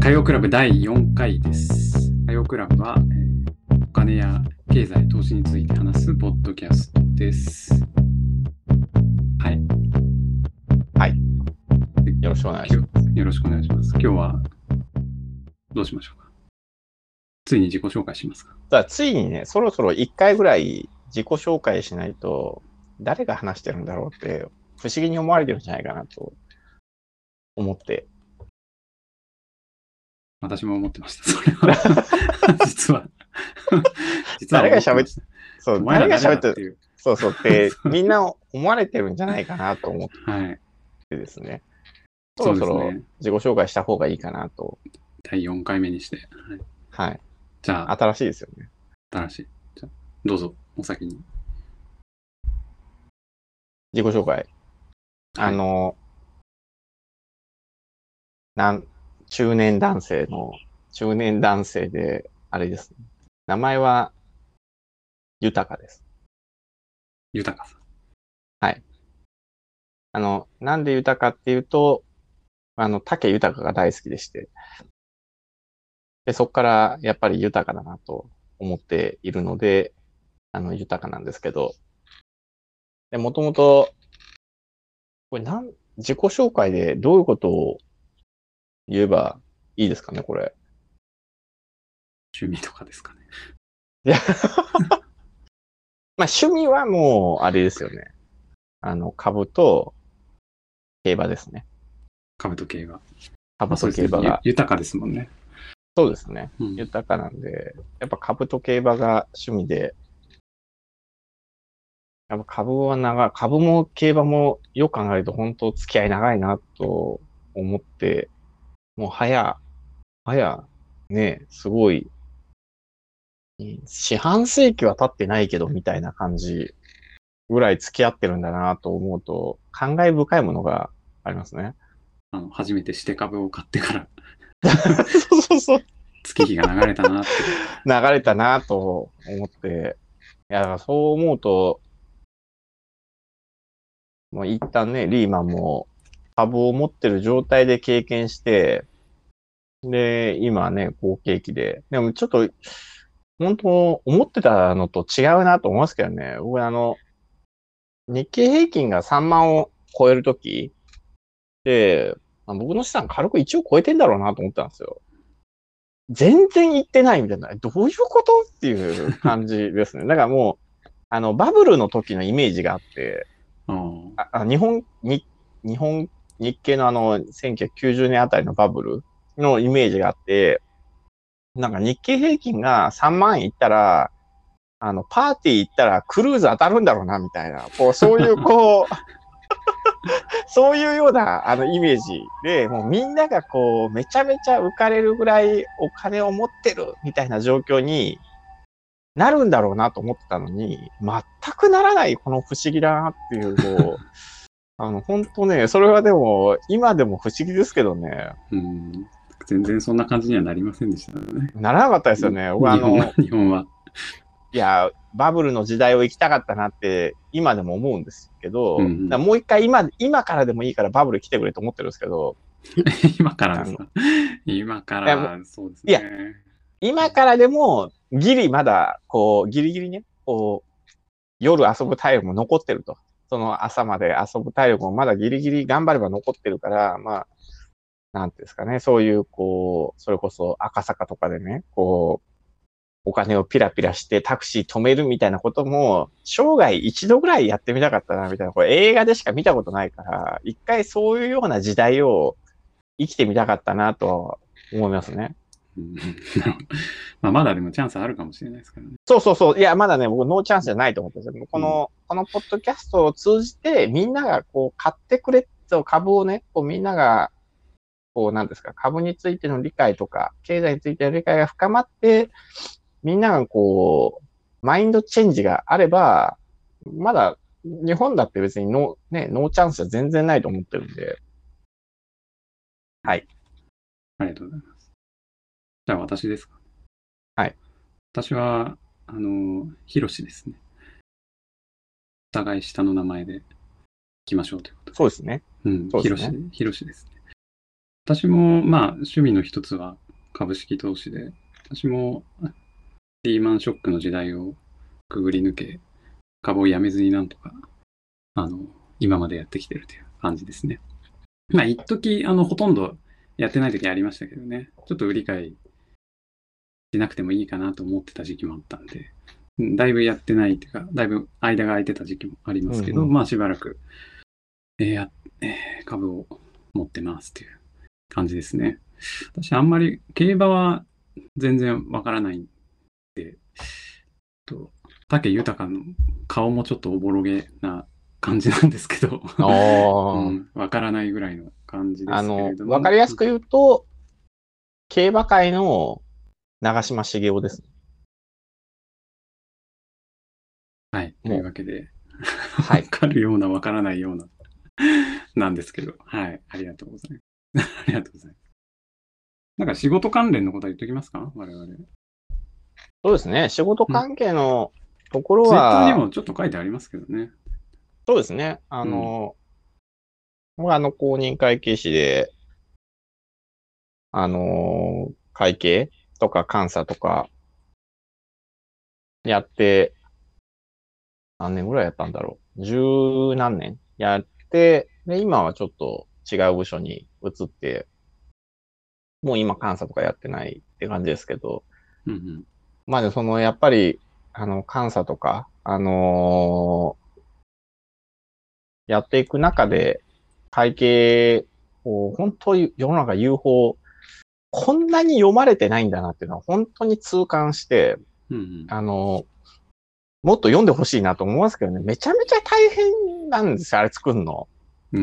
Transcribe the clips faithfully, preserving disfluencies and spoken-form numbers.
火曜クラブだいよんかいです。火曜クラブは、えー、お金や経済、投資について話すポッドキャストです。はい。 はい。よろしくお願いします。 よろしくお願いします。今日はどうしましょうか。ついに自己紹介しますか。 だからついにね、そろそろいっかいぐらい自己紹介しないと、誰が話してるんだろうって不思議に思われてるんじゃないかなと思って。 私も思ってました。それは実は実は誰が喋って、そう、誰が喋ってる、そうそうってみんな思われてるんじゃないかなと思ってですね。はい、そろそろ自己紹介した方がいいかなと。 だいよんかいめにして。 はい。はい、 じゃあ新しいですよね。 新しい。じゃあどうぞお先に。 自己紹介。はい、あの、なん中年男性の、中年男性で、あれです、ね。名前は、豊です。 豊さん。 はい。あの、なんで豊っていうと、あの、武豊が大好きでして、で、そこからやっぱり豊だなと思っているので、あの、豊なんですけど、で、もともと、これなん、自己紹介でどういうことを言えばいいですかね、これ。 趣味とかですかね。 いや、まあ趣味はもう、あれですよね。あの、株と競馬ですね。 株と競馬。 株と競馬が、 まあね、豊かですもんね。 そうですね。 うん、 豊かなんで、やっぱ株と競馬が趣味で、やっぱ株は長い、株も競馬もよく考えると本当付き合い長いなと思って、もう早、早、ね、すごい、四半世紀は経ってないけどみたいな感じぐらい付き合ってるんだなと思うと、感慨深いものがありますね。 あの初めてして株を買ってからそうそうそう。 月日が流れたなって。 流れたなと思って、いや、そう思うと、もう一旦ね、リーマンも株を持ってる状態で経験して、で、今ね、好景気で。でもちょっと、本当思ってたのと違うなと思いますけどね。僕あの、日経平均がさんまんを超えるときで、僕の資産軽くいちおく超えてんだろうなと思ったんですよ。全然行ってないみたいな。どういうことっていう感じですね。だからもう、あの、バブルの時のイメージがあって、ああ日本、に、日本、日経のあの、せんきゅうひゃくきゅうじゅうねんあたりのバブルのイメージがあって、なんか日経平均がさんまん円いったら、あの、パーティー行ったらクルーズ当たるんだろうな、みたいな、こう、そういう、こう、そういうような、あの、イメージで、もうみんながこう、めちゃめちゃ浮かれるぐらいお金を持ってる、みたいな状況になるんだろうなと思ってたのに、全くならない、この不思議だなっていう、こう、あの、本当ね、それはでも、今でも不思議ですけどね。 うん、全然そんな感じにはなりませんでしたね。 ならなかったですよね。僕あの、 日本は。 いや、バブルの時代を生きたかったなって、今でも思うんですけど、うんうん、もう一回今、今からでもいいからバブル来てくれと思ってるんですけど。 今からですか？今から、そうですね。 いや、今からでも、ギリまだ、こう、ギリギリね、こう、夜遊ぶ体力も残ってると。その朝まで遊ぶ体力もまだギリギリ頑張れば残ってるから、まあ、なんていうんですかね、そういう、こう、それこそ赤坂とかでね、こう、お金をピラピラしてタクシー止めるみたいなことも、生涯一度ぐらいやってみたかったな、みたいな。これ映画でしか見たことないから、一回そういうような時代を生きてみたかったなと思いますね。 うんまあまだでもチャンスあるかもしれないですからね。 そうそうそう。いや、まだね、僕ノーチャンスじゃないと思ってるんですよ。この、うん、このポッドキャストを通じて、みんながこう買ってくれ、株をね、こうみんなが、こうなんですか、株についての理解とか、経済についての理解が深まって、みんながこう、マインドチェンジがあれば、まだ日本だって別にノー、ね、ノーチャンスじゃ全然ないと思ってるんで。はい。 ありがとうございます。じゃあ私ですか。 はい。 私は、あの、ヒロシですね。お互い下の名前で行きましょうということで。 そうですね。 うん、ヒロシ、ヒロシですね。 私も、まあ、趣味の一つは株式投資で、私もリーマンショックの時代をくぐり抜け、株をやめずになんとか、あの、今までやってきてるという感じですね。まあ、一時、あの、ほとんどやってない時ありましたけどね、ちょっと売り買いしなくてもいいかなと思ってた時期もあったんで、だいぶやってないというか、だいぶ間が空いてた時期もありますけど、 うんうん、 まあ、しばらく、えーやえー株を持ってますという感じですね。私、あんまり競馬は全然わからないんで、と武豊の顔もちょっとおぼろげな感じなんですけど、うあん、わからないぐらいの感じであ、あの、 すけれども、 わかりやすく言うと、競馬界の長嶋茂雄ですね。 はい、というもわけで、 う、はわい。 かるようなわからないようななんですけど、はい、ありがとうございます。ありがとうございます。なんか仕事関連のことは言っときますか我々。 そうですね。仕事うん。 関係のところツイッターには、 もちょっと書いてありますけどね。 そうですね。あうん。 の、僕はあの、公認会計士で、あの、会計とか監査とかやって、何年ぐらいやったんだろう。十何年やって、で、今はちょっと違う部署に移って、もう今監査とかやってないって感じですけど、 うんうん。 まあね、その、やっぱり、あの、監査とか、あのーやっていく中で、会計を本当に世の中 ユーフォー、こんなに読まれてないんだなっていうのは本当に痛感して、 うんうん。 あの、もっと読んでほしいなと思いますけどね、めちゃめちゃ大変なんですよ、あれ作るの。 うん。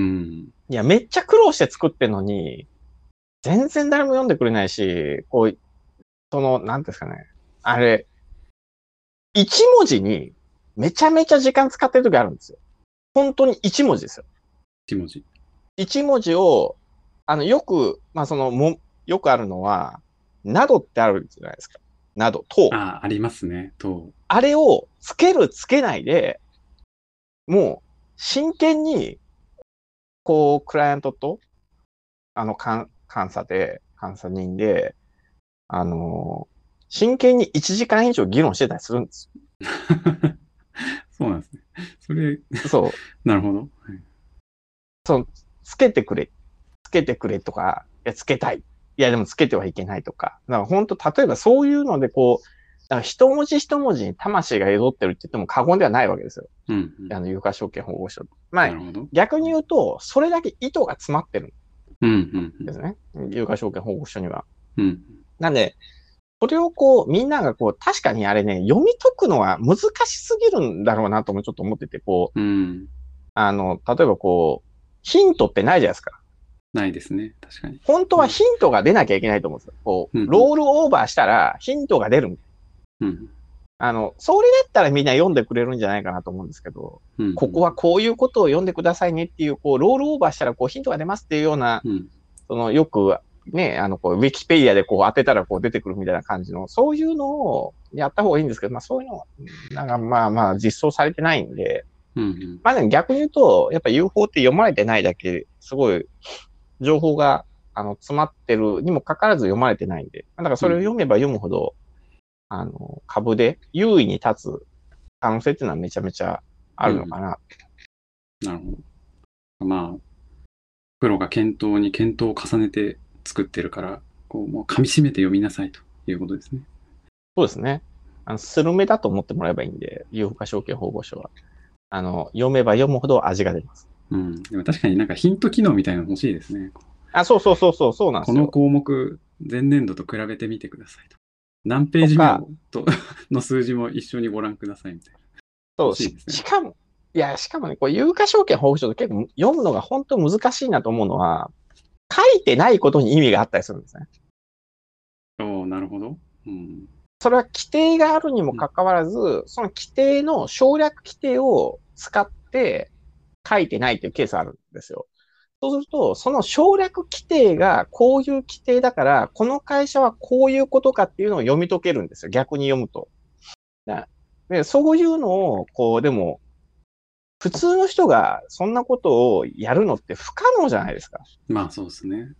いや、めっちゃ苦労して作ってんのに、全然誰も読んでくれないし、こう、その、なんていうんですかね。あれ、一文字にめちゃめちゃ時間使ってる時あるんですよ。本当に一文字ですよ。 一文字。 一文字を、あの、よく、まあ、その、も、よくあるのは、などってあるじゃないですか。など、と。 ああ、ありますね。と、 あれをつけるつけないで、もう、真剣に、こう、クライアントと、あの、監査で、監査人で、あの、真剣にいちじかん以上議論してたりするんですそうなんですね。それ、 よ。そう。 なるほど。はい、 その、つけてくれ、つけてくれとか、いや、つけたい。いや、でもつけてはいけないとか。だから本当、例えばそういうので、こう、だから一文字一文字に魂が宿ってるって言っても過言ではないわけですよ。 うんうん。 あの、有価証券保護証。まあ、 なるほど。 逆に言うと、それだけ意図が詰まってるうんんですね。有価証券保護証には。 うん。うん。 なんで、それをこう、みんながこう、確かにあれね、読み解くのは難しすぎるんだろうなともちょっと思ってて、こう、 うん。 あの、例えばこう、ヒントってないじゃないですか。 ないですね。確かに。 本当うん。 はヒントが出なきゃいけないと思うんですよ。こう、 うん。 ロールオーバーしたらヒントが出る。 うん。 あの、それだったらみんな読んでくれるんじゃないかなと思うんですけど、 うん。 ここはこういうことを読んでくださいねっていう、こう、ロールオーバーしたらこうヒントが出ますっていうような、 うん。 その、よく、ね、あの、こう、ウィキペディアでこう当てたらこう出てくるみたいな感じの、そういうのをやった方がいいんですけど、まあそういうのは、なんかまあまあ実装されてないんで、 うん。 まあでも逆に言うと、やっぱ ユーフォー って読まれてないだけ、すごい情報が、あの、詰まってるにもかかわらず読まれてないんで、だからそれを読めば読むほど、あの、株で優位に立つ可能性っていうのはめちゃめちゃあるのかな。 うん。なるほど。まあ、プロが検討に検討を重ねて作ってるから、こう、もう噛み締めて読みなさいということですね。 そうですね。あの、スルメだと思ってもらえばいいんで、有価証券保護証は。あの、読めば読むほど味が出ます。 うん。でも確かになんかヒント機能みたいなの欲しいですね。 あ、そうそうそうそう、そうなんですよ。 この項目、前年度と比べてみてくださいと。何ページ目とか、 との数字も一緒にご覧くださいみたいな。 そう、し、 欲しいですね。 しかも、いや、しかもね、これ有価証券保護証って結構読むのが本当難しいなと思うのは、書いてないことに意味があったりするんですね。 おー、なるほど。うん。 それは規定があるにもかかわらず、その規定の省略規定を使って書いてないというケースあるんですよ。そうすると、その省略規定がこういう規定だから、この会社はこういうことかっていうのを読み解けるんですよ。逆に読むと。で、そういうのを、こう、でも、普通の人がそんなことをやるのって不可能じゃないですか。 まあそうですね。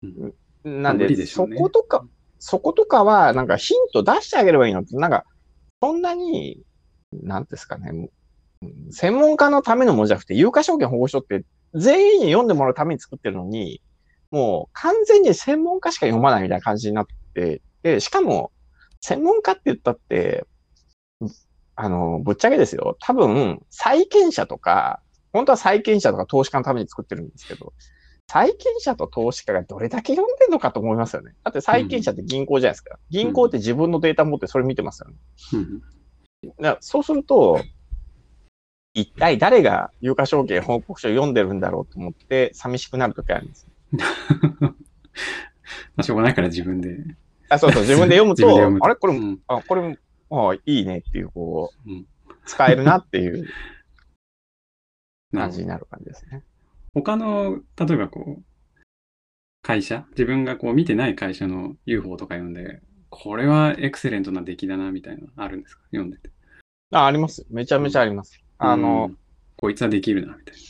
うん、 なんで、 無理でしょうね。 そことか、そことかは、なんかヒント出してあげればいいのって、なんか、そんなに、なんですかね、専門家のためのものじゃなくて、有価証券保護書って全員に読んでもらうために作ってるのに、もう完全に専門家しか読まないみたいな感じになって、で、しかも、専門家って言ったって、あの、ぶっちゃけですよ。多分、債権者とか、本当は債権者とか投資家のために作ってるんですけど、債権者と投資家がどれだけ読んでるのかと思いますよね。だって債権者って銀行じゃないですか。銀行って自分のデータ持ってそれ見てますよね。 うん、 だからそうすると、一体誰が有価証券報告書を読んでるんだろうと思って寂しくなるときあるんです。 まあしょうがないから自分で。 あ、そうそう、自分で読むと、 むとあれこれ、 うん、 あ、これ、あいいねっていう、こう、うん、使えるなっていう感じになる感じですね。 他の、例えばこう、会社、自分がこう見てない会社の ユーフォー とか読んで、これはエクセレントな出来だなみたいなのあるんですか、読んでて。 あ、あります。めちゃめちゃあります。うん、あの、 こいつはできるなみたいな。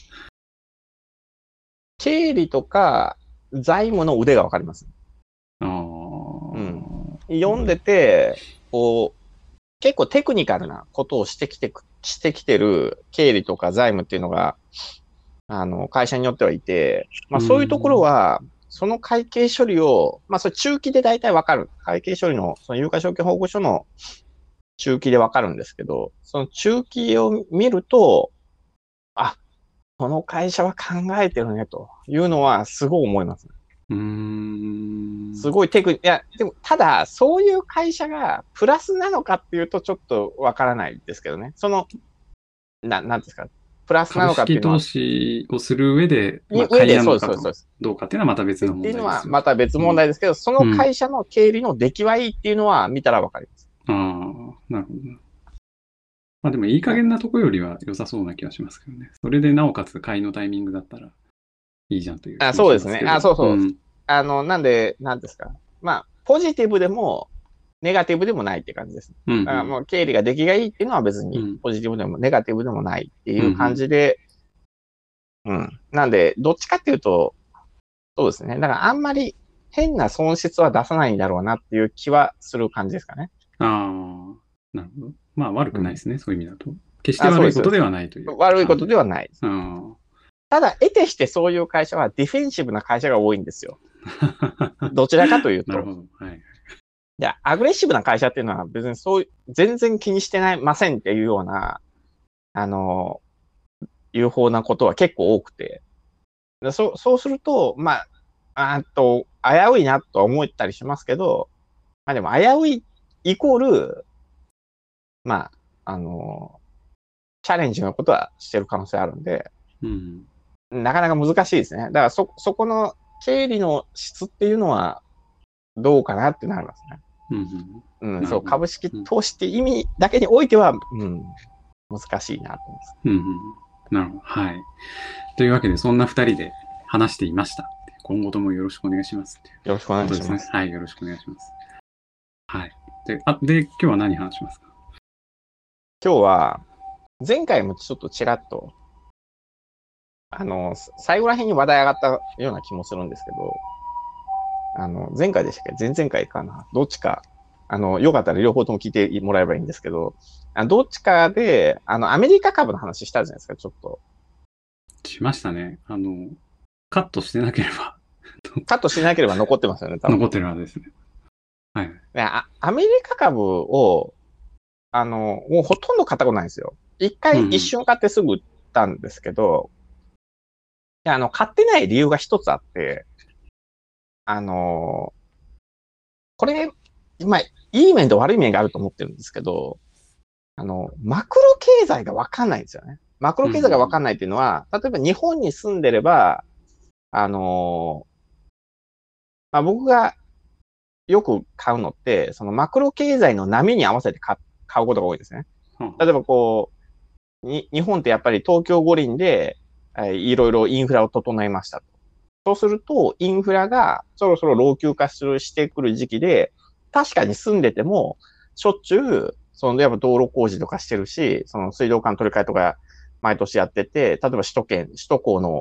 経理とか財務の腕がわかります。 ああ。 うん。読んでて、こう、結構テクニカルなことをしてきて、してきてる経理とか財務っていうのが、あの、会社によってはいて、まあそういうところは、その会計処理を、まあそれ中期で大体わかる。会計処理の、その有価証券報告書の中期でわかるんですけど、その中期を見ると、あ、この会社は考えてるねというのはすごい思います。 うーん。 すごいテクニック、いや、でも、ただ、そういう会社がプラスなのかっていうとちょっとわからないですけどね。その、な、なんですか、プラスなのかっていうのは。 株式投資をする上で、 まあ、上で、そうです、そうです。 どうかっていうのはまた別の問題です。 っていうのはまた別問題ですけど、うん、その会社の経理の出来はいいっていうのは見たらわかります。 うん、ああ、なるほど。まあでもいい加減なとこよりは良さそうな気がしますけどね。それでなおかつ買いのタイミングだったらいいじゃんという気がしますけど。 あ、そうですね。あ、そうそう。うん、あの、なんで、なんですか。まあ、ポジティブでも、ネガティブでもないって感じです。うんうん、だからもう経理が出来がいいっていうのは別にポジティブでもネガティブでもないっていう感じで、うん、うん。なんで、どっちかっていうと、そうですね。だからあんまり変な損失は出さないんだろうなっていう気はする感じですかね。 ああ、なるほど。まあ悪くないですね、うん、そういう意味だと。決して悪いことではないという。 悪いことではないです。ただ、得てしてそういう会社はディフェンシブな会社が多いんですよ。どちらかというと。 なるほど。はい。 いや、アグレッシブな会社っていうのは別にそう、全然気にしてないませんっていうような、あの、有効なことは結構多くて。そう、そうすると、まあ、あと、危ういなと思ったりしますけど、まあでも危ういイコール、まあ、あの、チャレンジのことはしてる可能性あるんで、うん、なかなか難しいですね。だからそ、そこの経理の質っていうのはどうかなってなりますね。うん、うん、そう、株式投資って意味だけにおいては、うん、難しいなと思います。 うんうん、なるほど。はい。というわけで、そんなふたりで話していました。今後ともよろしくお願いします。 よろしくお願いします。 はい、よろしくお願いします。はい。で、あ、で、今日は何話しますか？ 今日は、前回もちょっとちらっと、あの、最後ら辺に話題上がったような気もするんですけど、あの、前回でしたっけ？前々回かな？どっちか、あの、よかったら両方とも聞いてもらえばいいんですけど、あどっちかで、あの、アメリカ株の話したじゃないですか、ちょっと。 しましたね。あの、カットしてなければ。 カットしなければ残ってますよね、多分。 残ってるはずですね。はい。 あアメリカ株を、あの、もうほとんど買ったことないんですよ。一回一瞬買ってすぐ売ったんですけど、うん、あの、買ってない理由が一つあって、あの、これ、まあ、いい面と悪い面があると思ってるんですけど、あの、マクロ経済がわかんないんですよね。マクロ経済がわかんないっていうのは、うん、例えば日本に住んでれば、あの、まあ、僕がよく買うのって、そのマクロ経済の波に合わせて買うことが多いですね。例えばこう、に日本ってやっぱり東京五輪で、えー、いろいろインフラを整えましたと。そうすると、インフラがそろそろ老朽化するしてくる時期で、確かに住んでても、しょっちゅう、そのやっぱ道路工事とかしてるし、その水道管取り替えとか毎年やってて、例えば首都圏、首都高の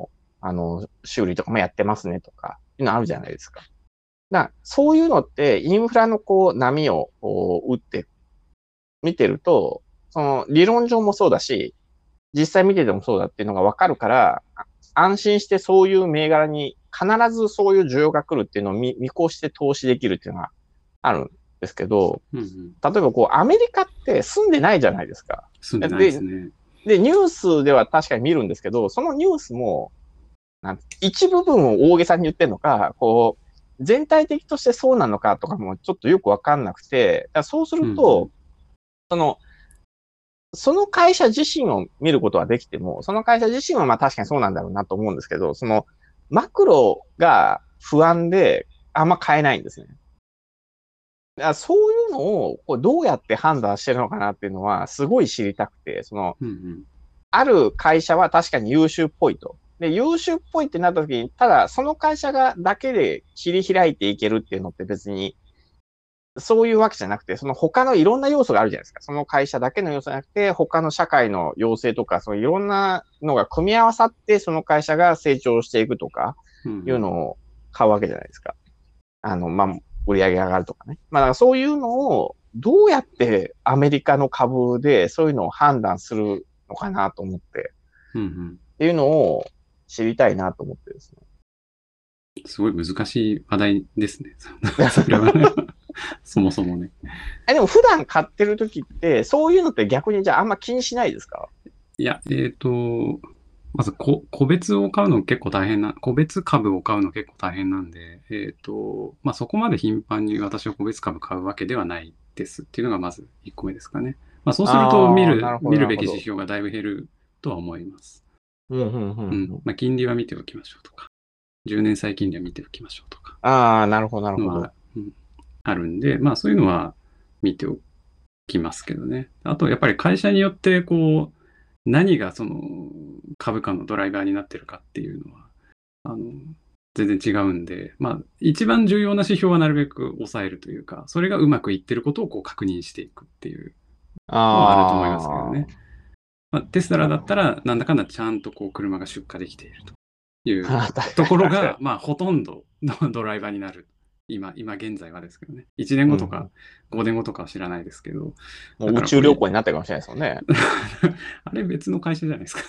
あの、修理とかもやってますねとか、いうのあるじゃないですか。だからそういうのって、インフラのこう、波をこう打って見てると、その理論上もそうだし、実際見ててもそうだっていうのがわかるから、安心してそういう銘柄に必ずそういう需要が来るっていうのを見見越して投資できるっていうのがあるんですけど、 うんうん、 例えばこう、アメリカって住んでないじゃないですか。 住んでないですね。 で、でニュースでは確かに見るんですけど、そのニュースも、なん一部分を大げさに言ってるのか、こう、全体的としてそうなのかとかもちょっとよくわかんなくて、そうすると、 うんうん、 その、その会社自身を見ることはできても、その会社自身はまあ確かにそうなんだろうなと思うんですけど、そのマクロが不安であんま買えないんですね。だからそういうのをこうどうやって判断してるのかなっていうのはすごい知りたくて、その、 うんうん、 ある会社は確かに優秀っぽいと。で、優秀っぽいってなった時に、ただその会社がだけで切り開いていけるっていうのって別にそういうわけじゃなくて、その他のいろんな要素があるじゃないですか。その会社だけの要素じゃなくて、他の社会の要請とか、そういういろんなのが組み合わさって、その会社が成長していくとか、いうのを買うわけじゃないですか。あの、まあ、売り上げが上がるとかね。まあ、だからそういうのを、どうやってアメリカの株でそういうのを判断するのかなと思って、 うんうん、 っていうのを知りたいなと思ってですね。 すごい難しい話題ですね。それはそもそもね。 え、でも普段買ってる時って、そういうのって逆にじゃああんま気にしないですか？ いや、えっと、まずこ個別を買うの結構大変な、個別株を買うの結構大変なんで、えっと、まあ、そこまで頻繁に私は個別株買うわけではないですっていうのがまずいっこめですかね。まあ、そうすると見ああ、なる、 るほど、 見るべきなるほど。 指標がだいぶ減るとは思います。 うん、うん、うん。 うん。 うん。 まあ、金利は見ておきましょうとか、じゅうねん債金利は見ておきましょうとか、 ああ、なるほど、なるほど。 のは、うん、あるんで、まあ、そういうのは見ておきますけどね。あと、やっぱり会社によって、こう、何がその株価のドライバーになってるかっていうのは、あの、全然違うんで、まあ、一番重要な指標はなるべく抑えるというか、それがうまくいってることをこう確認していくっていうのはあると思いますけどね。 あまあ、テスあ、 ラなるほど。 だったら、なんだかんだちゃんとこう車が出荷できているというああ、確ところかに、確かに。 が、まあ、ほとんどのドライバーになる。今、今現在はですけどね。いちねんうん、 ごとかうん。 ごねんごとかは知らないですけど、 もう宇だからこれ、 宙旅行になってるかもしれないですよね。 あれ別の会社じゃないですか。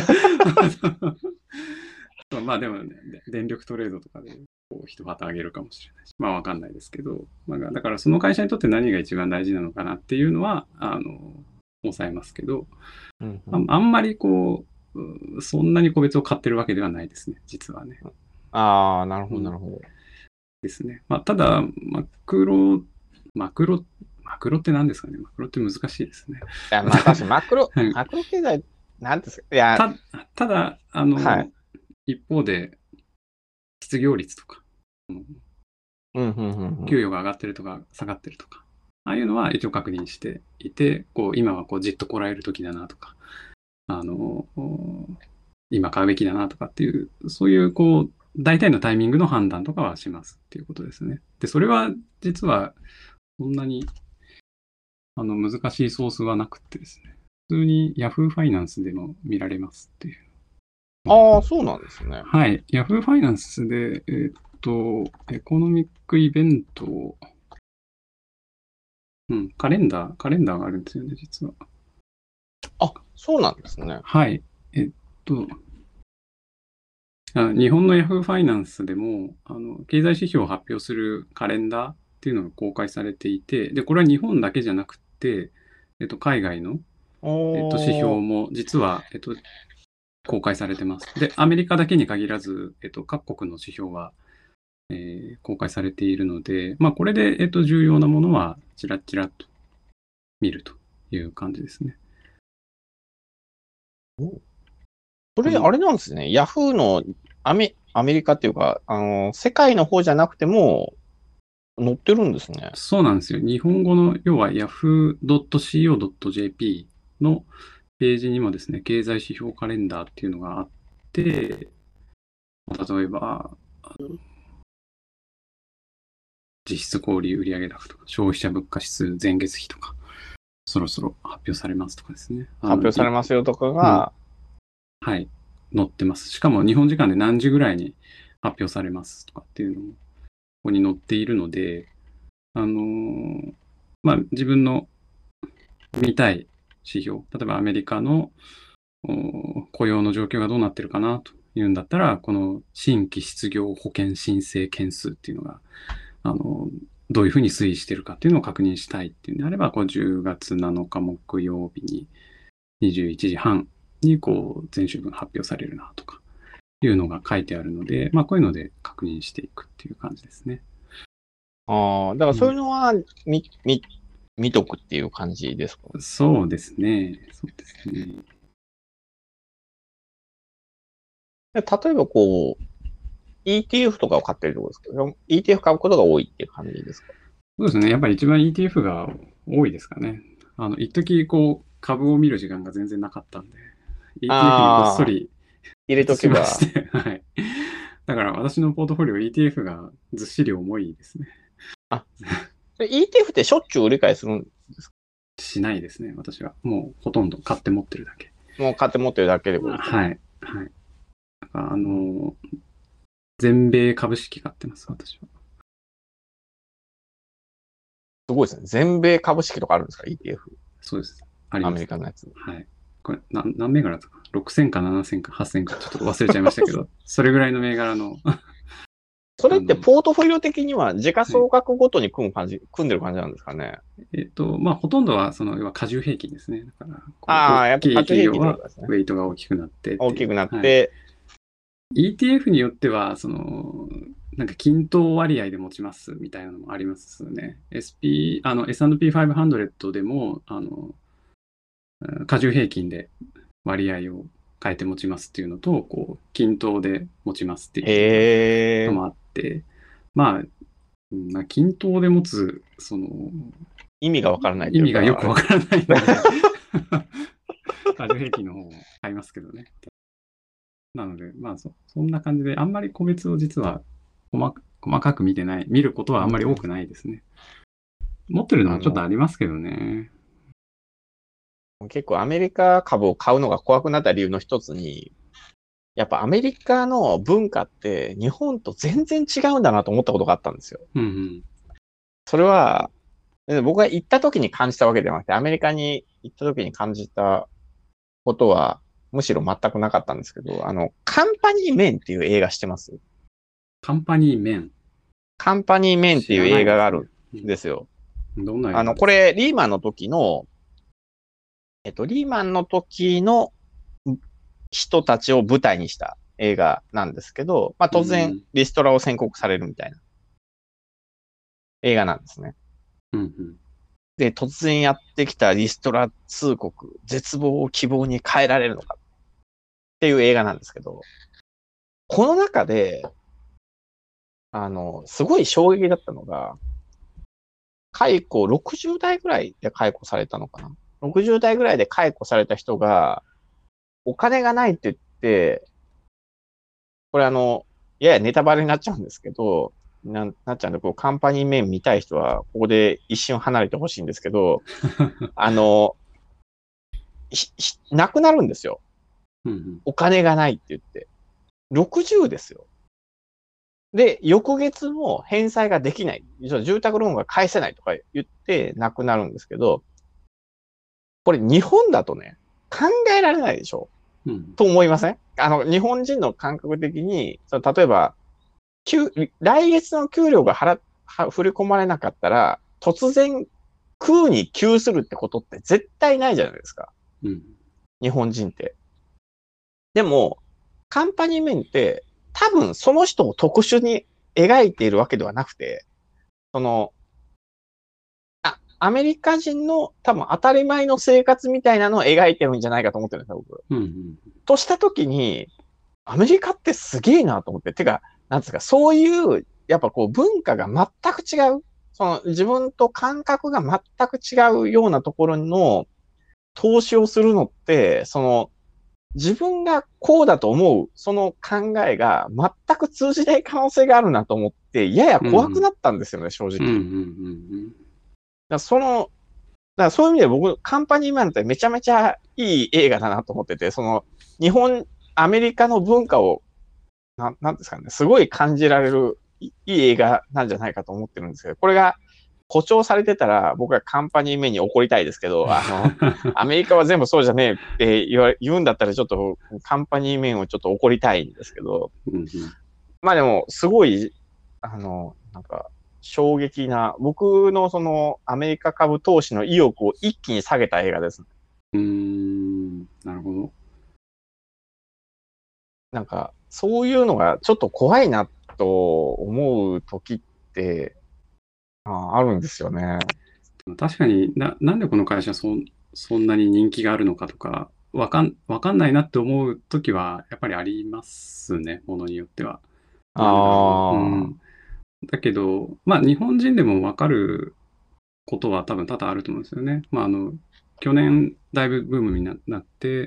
まあでもね、電力トレードとかでこう一旗あげるかもしれないし、まあわかんないですけど、まあ、だからその会社にとって何が一番大事なのかなっていうのは、あの、抑えますけど、 うん、うあ、 ん。 あんまりこう、そんなに個別を買ってるわけではないですね、実はね。 ああ、なるほど、なうん、 るほど。 ですね。まあ、ただ、マクロ、マクロ、マクロって何ですかね。マクロって難しいですね。 いや、まあ確かにマクロ、 はい、 マクロ経済、なんですか。いや、 た、ただ、あはい。 の、一方で、失業率とか、 うん、うん、うん、うん。 給与が上がってるとか下がってるとか、ああいうのは一応確認していて、こう今はこうじっとこらえる時だなとか、あの、今買うべきだなとかっていう、そういうこう、大体のタイミングの判断とかはしますっていうことですね。で、それは実はそんなにあの難しいソースはなくてですね、普通に Yahoo ファイナンスでも見られますっていうのが。 ああ、そうなんですね。 はい。Yahoo ファイナンスで、えーっと、エコノミックイベントを、うん、カレンダー、カレンダーがあるんですよね、実は。 あ、そうなんですね。 はい。えっと、あ日本の Yahoo ファイナンスでも、あの、経済指標を発表するカレンダーっていうのが公開されていて、で、これは日本だけじゃなくて、えっと、海外の、えっと、指標おー、 も実は、えっと、公開されてます。で、アメリカだけに限らず、えっと、各国の指標は、えー公開されているので、まあ、これで、えっと、重要なものは、ちらちらっと見るという感じですね。 それ、 あの、 あれなんですね。ヤフーのアメ、アメリカっていうか、あの、世界の方じゃなくても載ってるんですね。 そうなんですよ。日本語の、要は ヤフードットシーオードットジェーピー のページにもですね、経済指標カレンダーっていうのがあって、例えば、実質小売売上高とか、消費者物価指数前月比とか、そろそろ発表されますとかですね。あの、 発表されいますよとかうん、 が、 はい。 載ってます。しかも日本時間で何時ぐらいに発表されますとかっていうのも、ここに載っているので、あのーまあ、自分の見たい指標、例えばアメリカの雇用の状況がどうなってるかなというんだったら、この新規失業保険申請件数っていうのが、あの、どういうふうに推移してるかっていうのを確認したいっていうんであれば、こうじゅうがつなのか木曜日ににじゅういちじはんにこう全週分発表されるなとかいうのが書いてあるので、まあこういうので確認していくっていう感じですね。 ああ、だからそういうのは見、見、見とくっていう感じですか？ そうですね。そうですね。 で例えばこう、イーティーエフ とかを買ってるところですけど、イーティーエフ 買うことが多いっていう感じですか？ そうですね。やっぱり一番 イーティーエフ が多いですかね。あの、一時こう、株を見る時間が全然なかったんで、イーティーエフ にごっそああ、 り入れ移しまとけば。 して、はい。だから私のポートフォリオ イーティーエフ がずっしり重いですね。 あ、イーティーエフ ってしょっちゅう売り買いするんですか？ しないですね、私は。もうほとんど買って持ってるだけ。 もう買って持ってるだけでことですか？ はい。はい。あの、全米株式買ってます、私は。 すごいですね。全米株式とかあるんですか？ イーティーエフ。 そうです。ありアます。 メリカのやつ。 はい。これ、な何銘柄だったかな？ ろくせん かななせんかはっせんか、ちょっと忘れちゃいましたけど、それぐらいの銘柄の、 それってあの、 ポートフォリオ的には時価はい、 総額ごとに組む感じ、組んでる感じなんですかね。 えっと、まあ、ほとんどは、その、要は荷重平均ですね。だから、こうああ、やっぱ大きい価値平均ってこ企業は、 とですね。 ウェイトが大きくなってっていう。 大きくなっはい。 て、 イーティーエフ によっては、その、なんか均等割合で持ちますみたいなのもありますね。エスピー、あの、エスアンドピーファイブハンドレッド でも、あの、荷重平均で割合を変えて持ちますっていうのと、こう、均等で持ちますっていうへえ、 のもあって、まあ、まあ、均等で持つ、その、 意味がわからないと意いうか、 味がよくわあれからないので荷重平均の方を買いますけどね。なので、まあそ、そんな感じで、あんまり個別を実は細か細かく見てない、見ることはあんまり多くないですね。持ってるのもちょっとあの、 ありますけどね。 結構アメリカ株を買うのが怖くなった理由の一つに、やっぱアメリカの文化って日本と全然違うんだなと思ったことがあったんですよ。 うんうん。 それは、僕が行った時に感じたわけではなくて、アメリカに行った時に感じたことは、むしろ全くなかったんですけど、あの、カンパニーメンっていう映画知ってます？ カンパニーメン。 カンパニーメンっていう知らないですね。 映画があるんですよ。 うん、どんな映あの、 画ですか？ これ、リーマンの時の、えっと、リーマンの時の人たちを舞台にした映画なんですけど、まあう突然ん。 リストラを宣告されるみたいな映画なんですね。 うんうん。 で、突然やってきたリストラ通告、絶望を希望に変えられるのかっていう映画なんですけど、この中で、あの、すごい衝撃だったのが、解雇、ろくじゅう代ぐらいで解雇されたのかな？ ろくじゅう 代ぐらいで解雇された人が、お金がないって言って、これあの、ややネタバレになっちゃうんですけど、ななっちゃうんで、こう、カンパニー面見たい人は、ここで一瞬離れてほしいんですけど、あの、ひ、ひ、なくなるんですよ。 うんうん。 お金がないって言って。ろくじゅうですよ。で、翌月も返済ができない。住宅ローンが返せないとか言って亡くなるんですけど、これ日本だとね、考えられないでしょ？ うん。 と思いません？あの、日本人の感覚的に、その例えば、給来月の給料が払は振り込まれなかったら、突然、空に給するってことって絶対ないじゃないですか。 うん。 日本人って。でも、カンパニー面って多分その人を特殊に描いているわけではなくて、その、あ、アメリカ人の多分当たり前の生活みたいなのを描いてるんじゃないかと思ってるんですよ、僕。 うんうん。 としたときに、アメリカってすげえなと思って。てか、なんですか、そういう、やっぱこう文化が全く違う。その自分と感覚が全く違うようなところの投資をするのって、その自分がこうだと思う、その考えが全く通じない可能性があるなと思って、やや怖くなったんですよね、正直。 うんうんうだかんらその、だからそういう意味で僕、カンパニーマンってめちゃめちゃいい映画だなと思ってて、その、日本アメリカの文化を、ななんですかね、すごい感じられるいいい映画なんじゃないかと思ってるんですけど、これが誇張されてたら僕はカンパニー面に怒りたいですけど、あの、アメリカは全部そうじゃねえって言わ言うんだったらちょっとカンパニー面をちょっと怒りたいんですけど、 うんうん、 まあでもすごい、あの、なんか衝撃な、僕のそのアメリカ株投資の意欲を一気に下げた映画です。 うーん、なるほど。 なんか、そういうのがちょっと怖いなと思う時って、あ、あるんですよね。 確かにな、なんでこの会社そん、そんなに人気があるのかとか、わかん、わかんないなって思うときは、やっぱりありますね、ものによっては。なんでだろう。うあん。だけど、まあ、日本人でもわかることは多分多々あると思うんですよね。まあ、あの、去年だいぶブームにななって、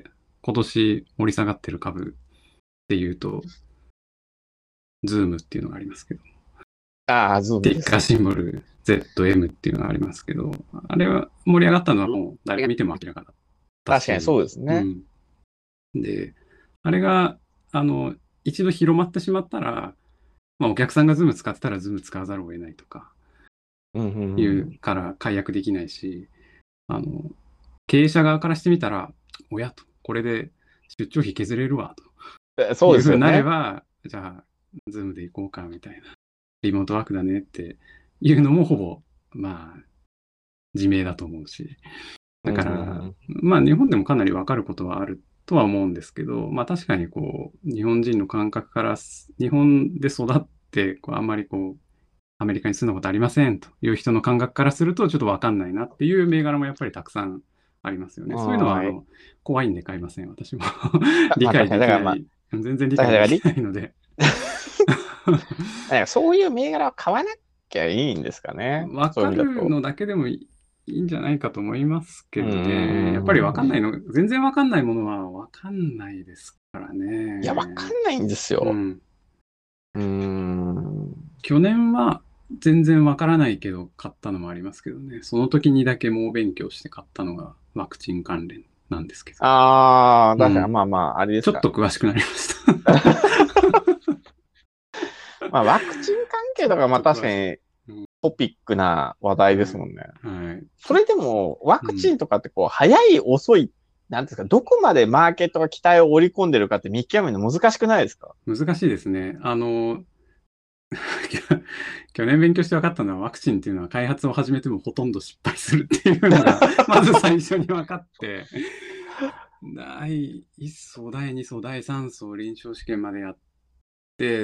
今年盛り下がってる株っていうと、ズームっていうのがありますけど、 あ、ああ、ズームティッカーですね。 シンボル ゼットエム っていうのがありますけど、あれは盛り上がったのはもう誰が見ても明らかだった確かにそうし、 ですね。 うん。で、あれが、あの、一度広まってしまったら、まあ、お客さんがズーム使ってたらズーム使わざるを得ないとかうんうんいうんうから解約できないし、あの、経営者側からしてみたら、親と、これで出張費削れるわ、 うん。 とそういうふうになれですよね。 ば、じゃあ、ズームで行こうか、みたいな。リモートワークだねっていうのもほぼ、まあ、自明だと思うし。だかうんうんら、 うん。 まあ日本でもかなりわかることはあるとは思うんですけど、まあ確かにこう、日本人の感覚からす、日本で育って、こうあんまりこう、アメリカに住んだことありませんという人の感覚からすると、ちょっとわかんないなっていう銘柄もやっぱりたくさんありますよね。そういうのは、あはい。 の、怖いんで買いません、私も。理解まあ確かに、だからまあ、 できない、全然理確かに、だからり、 解できないので。 だからそういう銘柄を買わなきゃいいんですかね。そういうわか意味だと。 るのだけでもいいいんじゃないかと思いますけうんうどね。やっぱりわかんんうんうん。 ないの、全然わかんないものはわかんないですからいや、わかね。 んないんですよ。 うん。 うーん。 去年は全然わからないけど買ったのもありますけどね。その時にだけ猛勉強して買ったのがワクチン関連なんですけど。 ああ、確かに、 うん。 まあまあ、あれでちょっすか。 と詳しくなりました。 まあ、ワクチン関係とか、まあちょっと詳しい。 確かにうん。 トピックな話題ですもんね。 はい。はい。ちょ、 それでも、ワクチうん。 ンとかってこう、早い、遅い、なんていうんですか、どこまでマーケットが期待を織り込んでるかって見極めるの難しくないですか？ 難しいですね。あの、去年勉強して分かったのはワクチンっていうのは開発を始めてもほとんど失敗するっていうのがまず最初に分かって、第いっ層、だいに層、だいさん層臨床試験までやって、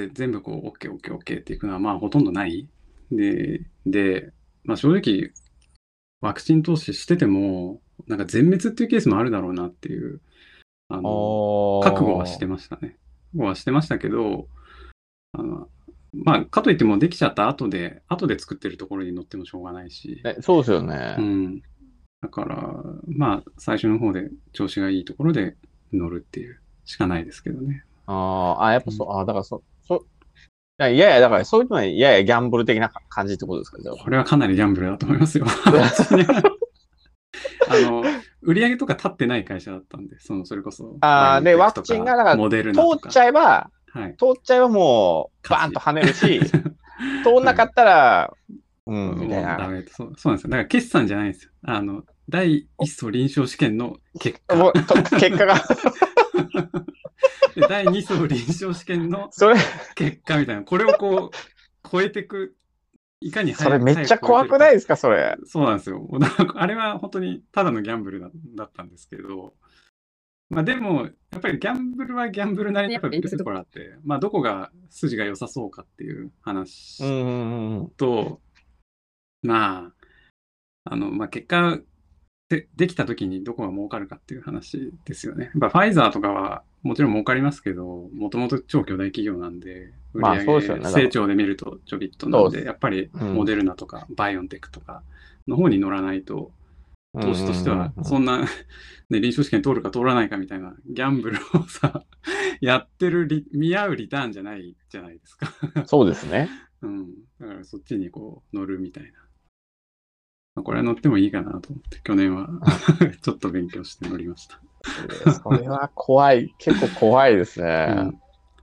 全部こう OK、OK、OK っていくのはまあほとんどない。で、で、まあ正直ワクチン投資してても、なんか全滅っていうケースもあるだろうなっていう、ああの、覚悟はしーてましたね。覚悟はしてましたけど、あの、まあ、かといってもできちゃった後で、後で作ってるところに乗ってもしょうがないし、 ね、そうですよね。 うん。だから、まあ、最初の方で調子がいいところで乗るっていうしかないですけどね。 あーあ、やっうん、 ぱそう、あーだからそ、そ、いやいや、だからそういうのはややギャンブル的な感じってことですか、じゃあ。 これはかなりギャンブルだと思いますよ。私ね、あの、売り上げとか立ってない会社だったんで、その、それこそ、バイああ、 オンで、 テックとか、 ワクチンが、だから、 モデルナとか、 通っちゃえば、 はい、 通っちゃえばもう、バーンと勝ち。 跳ねるし、通んなはい。 かったら、うん、みたいな。 もうダメ。そう、そうなんですよ。だから決算じゃないんですよ。あの、第一層臨床試験の結果。 もう、と、結果がで、第二層臨床試験のそれ、 結果みたいな。これをこう、超えていく。いかに早く、 それめっちゃ早く超えてるか。 怖くないですか、それ。 そうなんですよ。あれは本当にただのギャンブルだだったんですけど、まあでも、やっぱりギャンブルはギャンブルなりにやっぱり勉強するところあって、まあどこが筋が良さそうかっていううん、 話うん、うん。 と、まあ、あの、まあ結果で、できた時にどこが儲かるかっていう話ですよね。やっぱファイザーとかはもちろん儲かりますけど、もともと超巨大企業なんで、売まあ、そうですよ上ね。だから、 成長で見るとちょびっとなんで、 そうです。 やっぱりうん。 モデルナとかバイオンテックとかの方に乗らないと、 うん、 投資としてうん、 はうん。 そんなね、臨床試験通るか通らないかみたいなギャンブルをさ、やってるリ見合うリターンじゃないじゃないですか。 そうですね。 うん。だからそっちにこう乗るみたいな。 これは乗ってもいいかなと思って、去年はちょっと勉強して乗りました。 それは怖い。結構怖いですね。 うん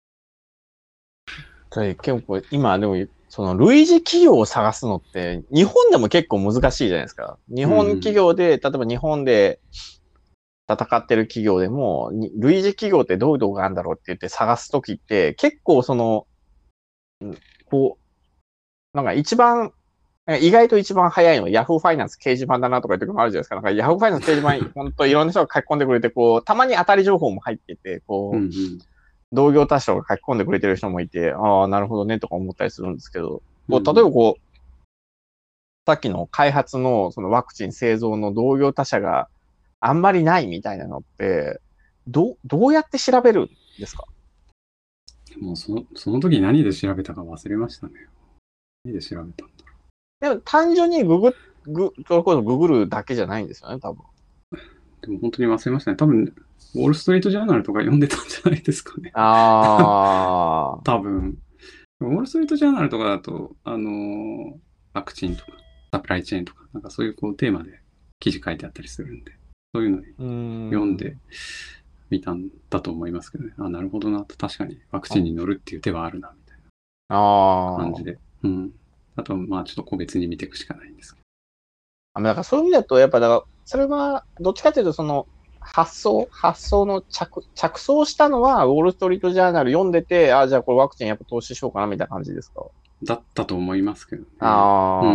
結構今でも、その類似企業を探すのって、日本でも結構難しいじゃないですか。日本企業で、例えば日本で戦ってる企業でも、類似企業ってどういうとこがあるんだろうって言って探すときって、結構その、こう、なんか一番、意外と一番早いのは Yahoo ファイナンス掲示板だなとかいう時もあるじゃないですか。なんか Yahoo ファイナンス掲示板、本当いろんな人が書き込んでくれて、こう、たまに当たり情報も入ってて、こう、 うんうん、 同業他社が書き込んでくれてる人もいて、ああ、なるほどねとか思ったりするんですけど、こう例えばこう、さっきの開発のそのワクチン製造の同業他社があんまりないみたいなのって、ど、どうやって調べるんですか？ もうその、その時何で調べたか忘れましたね。何で調べたんだろう。でも単純にググ、グ、それこそググるだけじゃないんですよね、多分。 でも本当に忘れましたね。多分、ウォールストリートジャーナルとか読んでたんじゃないですかね。 ああ。 多分。ウォールストリートジャーナルとかだと、あのー、ワクチンとか、サプライチェーンとか、なんかそういうこうテーマで記事書いてあったりするんで、そういうのに読んでみたんだと思いますけどね。あ、なるほどなと、確かにワクチンに乗るっていう手はあるな、みたいな感じで。うん。あと、まあちょっと個別に見ていくしかないんですけど。 あ、だからそういう意味だと、やっぱだから、それは、どっちかというと、その、発想、発想の着、着想したのは、ウォールストリートジャーナル読んでて、あ、じゃあこれワクチンやっぱ投資しようかな、みたいな感じですか？ だったと思いますけどね。 ああ、 うん。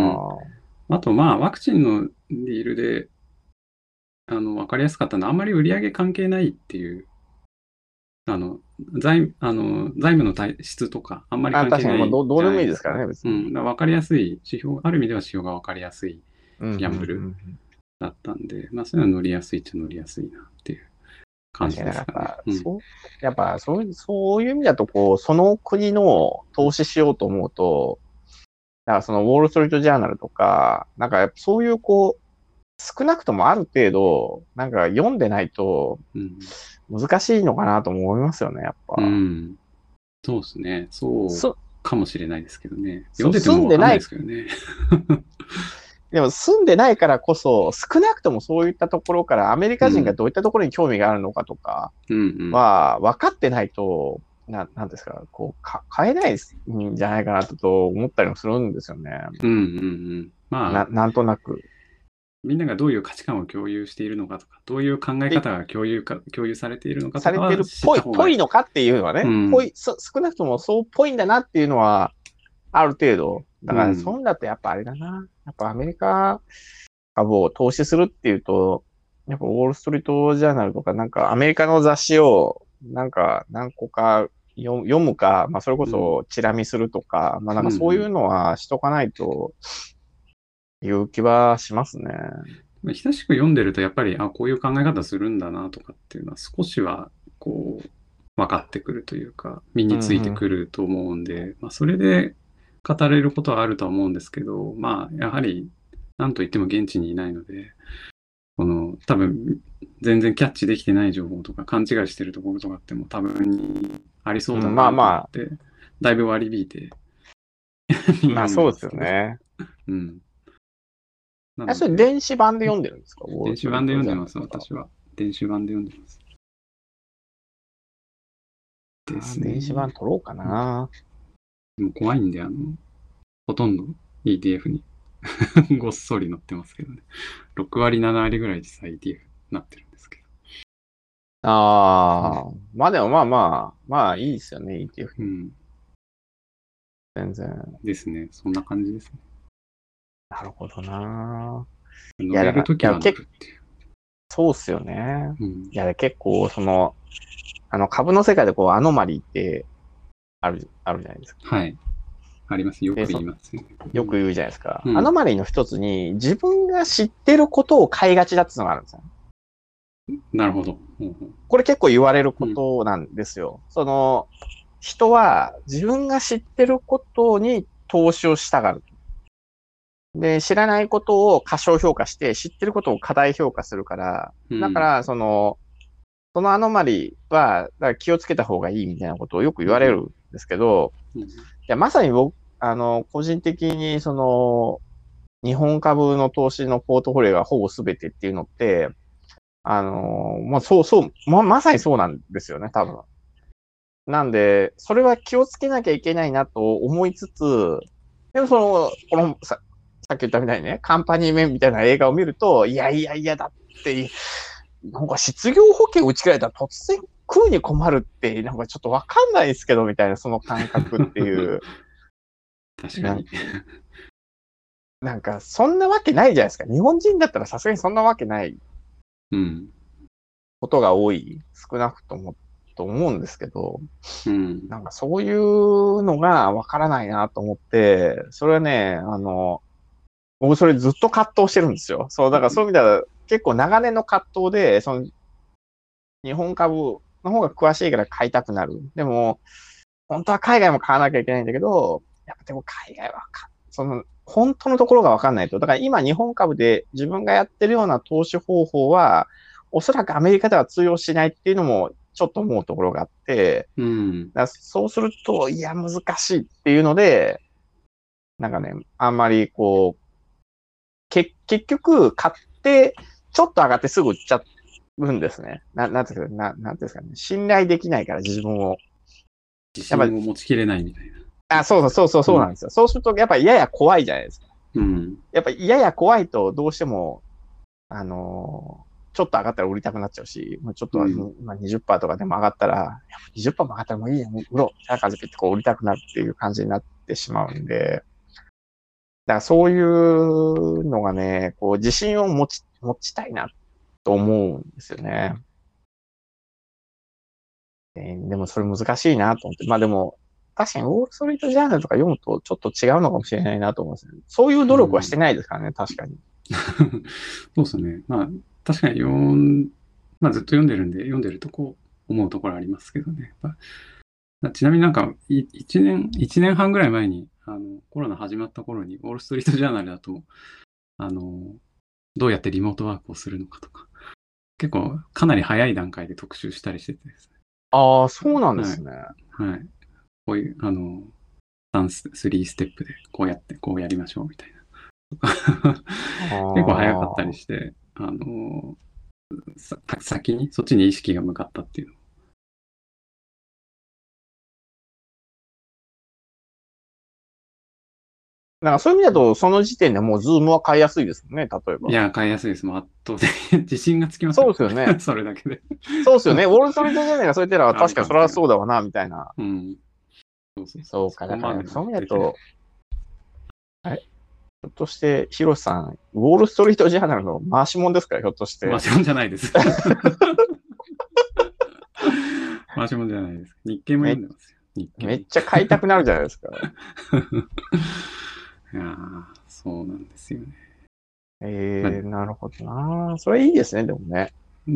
あと、まあ、ワクチンのディールで、あの、わかりやすかったのは、あんまり売上関係ないっていう、あの、財、あの、財務の体質とか、あんまりあ、 関係確かに、 ないじもうどどうでゃないですか。 もいいですからね、別うに。 ん。わかりやすい指標、ある意味では指標がわかりやすいうん、うん、 ギャンブルうん。 だったんで、まあ、そういうのは乗りやすいっちゃ乗りやすいなっていう感じ確かに、 ですかね。 やっぱ、 うん。 そう、やっぱ、そういう、そういう意味だと、こう、その国の投資しようと思うと、だからそのウォールストリートジャーナルとか、なんかやっぱそういうこう、少なくともある程度、なんか読んでないと難しいのかなと思いますよね、やっうん。 ぱ。 うん、そうですね。そうす、 かもしれないですけどね。読そう、 んでてもわかんないで住んでない、 すけどね。 でも住んでないからこそ、少なくともそういったところからアメリカ人がうん。 どういったところに興味があるのかとかうんうん。 は分かってないと、な、なんですか、こう、か、買えないんじゃないかなと思ったりもするんですよね。 うんうんうん。まな、 あ、 なんとなく。 みんながどういう価値観を共有しているのかとか、どういう考えで、 方が共有か、共有されているのかとされてかはるっぽい、 知った方が、 ぽいのかっていうのはね、ぽうん、 い、そ少なくともそうっぽいんだなっていうのは、ある程度。だから、そうん、 んだとやっぱあれだな。やっぱアメリカ株を投資するっていうと、やっぱウォールストリートジャーナルとか、なんかアメリカの雑誌を、なんか何個か読読むか、まあそれこうん、 そチラ見するとか、まあなんうん、 かそういううん。 のはしとかないという気はしますね。 久しく読んでると、やっぱり、あ、こういう考え方するんだなとかっていうのは少しは、こう、分かってくるというか、身についてうんうん。 くると思うんで、まあ、それで語れることはあるとは思うんですけど、まあ、やはり、なんといっても現地にいないので、この、多分、全然キャッチできてない情報とか、勘違いしてるところとかっても多分にありそうだうん、まあなと思まって、だいぶ割り引いてあ、まあ読んでそうですよますけど。 ね。 うん。なあ、それので、 電子版で読んでるんですか？ウォール電子版でストリート読んでます、 ジャーナルとか。 私は。電子版で読んでます。であー、 すね。 電子版取ろうかな。 でも怖いんで、あの、ほとんど イーティーエフ にごっそり載ってますけどね。ろく割、なな割ぐらい実は イーティーエフ になってるんですけど。 ああ、まあでもまあまあ、まあいいですよね、イーティーエフ。 うん。 全然。 ですね。そんな感じですね。 なるほどな。いや、 乗れだから、いや、 るときは乗結るっていう。 そうっすよね。 うん。 いや、結構、その、あの、株の世界でこう、アノマリーってある、あるじゃないですか。 はい。あります。よで、 く言いそ、 ますね。 よく言うじゃないですか。 うん。 アノマリーの一つに、自分が知ってることを買いがちだっていうのがあるんですよ。 なるほど。ほうほう。 これ結構言われるこうん。 となんですよ。その、人は自分が知ってることに投資をしたがる。で、知らないことを過小評価して、知ってることを過大評価するから、 うん。 だから、その、そのアノマリは、だから気をつけた方がいいみたいなことをよく言われるんですけど、 うん。 いや、まさに僕、あの、個人的に、その、 日本株の投資のポートフォリオがほぼ全てっていうのって、あのーまあ、そうそう、ま、まさにそうなんですよね、多分。なんで、それは気をつけなきゃいけないなと思いつつ、でもその、このさ、さっき言ったみたいにね、カンパニーメンみたいな映画を見ると、いやいやいやだって、なんか失業保険打ち切られたら突然食うに困るって、なんかちょっとわかんないですけど、みたいなその感覚っていう、 確かに。 なんなんかそんなわけないじゃないですか。日本人だったらさすがにそんなわけないうん。 ことが多い、少なくともと思うんですけど、 うん。 なんかそういうのがわからないなと思って、それはね、あの、僕それずっと葛藤してるんですよ。そう、だからそういう意味では結構長年の葛藤で、その日本株の方が詳しいから買いたくなる。でも、本当は海外も買わなきゃいけないんだけど、やっぱでも海外はか、その、本当のところがわかんないと。だから今日本株で自分がやってるような投資方法は、おそらくアメリカでは通用しないっていうのもちょっと思うところがあって、 うん。 だそうすると、いや、難しいっていうので、なんかね、あんまりこう、け、結局、買って、ちょっと上がってすぐ売っちゃうんですね。な、なんていうか、な、なんていうんですかね。信頼できないから自分を。 自やっぱ、 信を持ちきれないみたいなこあ、 とですか。 そうそうそうそううん。 そうなんですよ。そうすると、やっぱやや怖いじゃないですか。 うん。 やっぱやや怖いと、どうしても、あのーちょっと上がったら売りたくなっちゃうし、もうちょっと、 うん。 まあ、にじゅっパーセントとかでも上がったら、にじゅっパーセントも上がったらもういいや、もう売ろう。高づけてこう売りたくなるっていう感じになってしまうんで、だからそういうのがね、こう自信を持ち、持ちたいなと思うんですよね。ででもそれ難しいなと思って。まあでも、確かにウォールストリートジャーナルとか読むとちょっと違うのかもしれないなと思うんですよね。そういう努力はしてうん。 ないですからね、確かに。 そうですね。まあ、確かに読ん、まあずっと読んでるんで、読んでるとこ思うところありますけどね。やっぱちなみになんか、い一年、一年半ぐらい前に、あの、コロナ始まった頃に、ウォールストリートジャーナルだと、あの、どうやってリモートワークをするのかとか、結構かなり早い段階で特集したりしててですね。 ああ、そうなんではい。 すね。 はい。こういう、あの、ダンス、スリーステップでこうやってこうやりましょうみたいな。 あ結構早かったりあ。 して、あの、さ先にそっちに意識が向かったっていうの。 なんかそういう意味だと、その時点でもうズームは買いやすいですもんね、例えば。 いや、買いやすいです。もう圧倒的に自信がつきますよ。 そうですよね。 それだけで。 そうですよね。ウォールストリートジャーナルがそう言ってたら確かにそれは株価っていう。 そうだわな、みたいな。 うん。そうそうそう。 そうか、 そこまでだからそういう意味だ出て。 と、あれひょっとして、ヒロシさん、ウォールストリートジャーナルの回し者ですかひょっとして。 回しもんじゃないです。回しもんじゃないです。日経も読め、 んでますよ。日経も。 めっちゃ買いたくなるじゃないですか。 いやー、そうなんですよね。まあ、 ええー、なるほどな。それいいですね、でもね。 うん。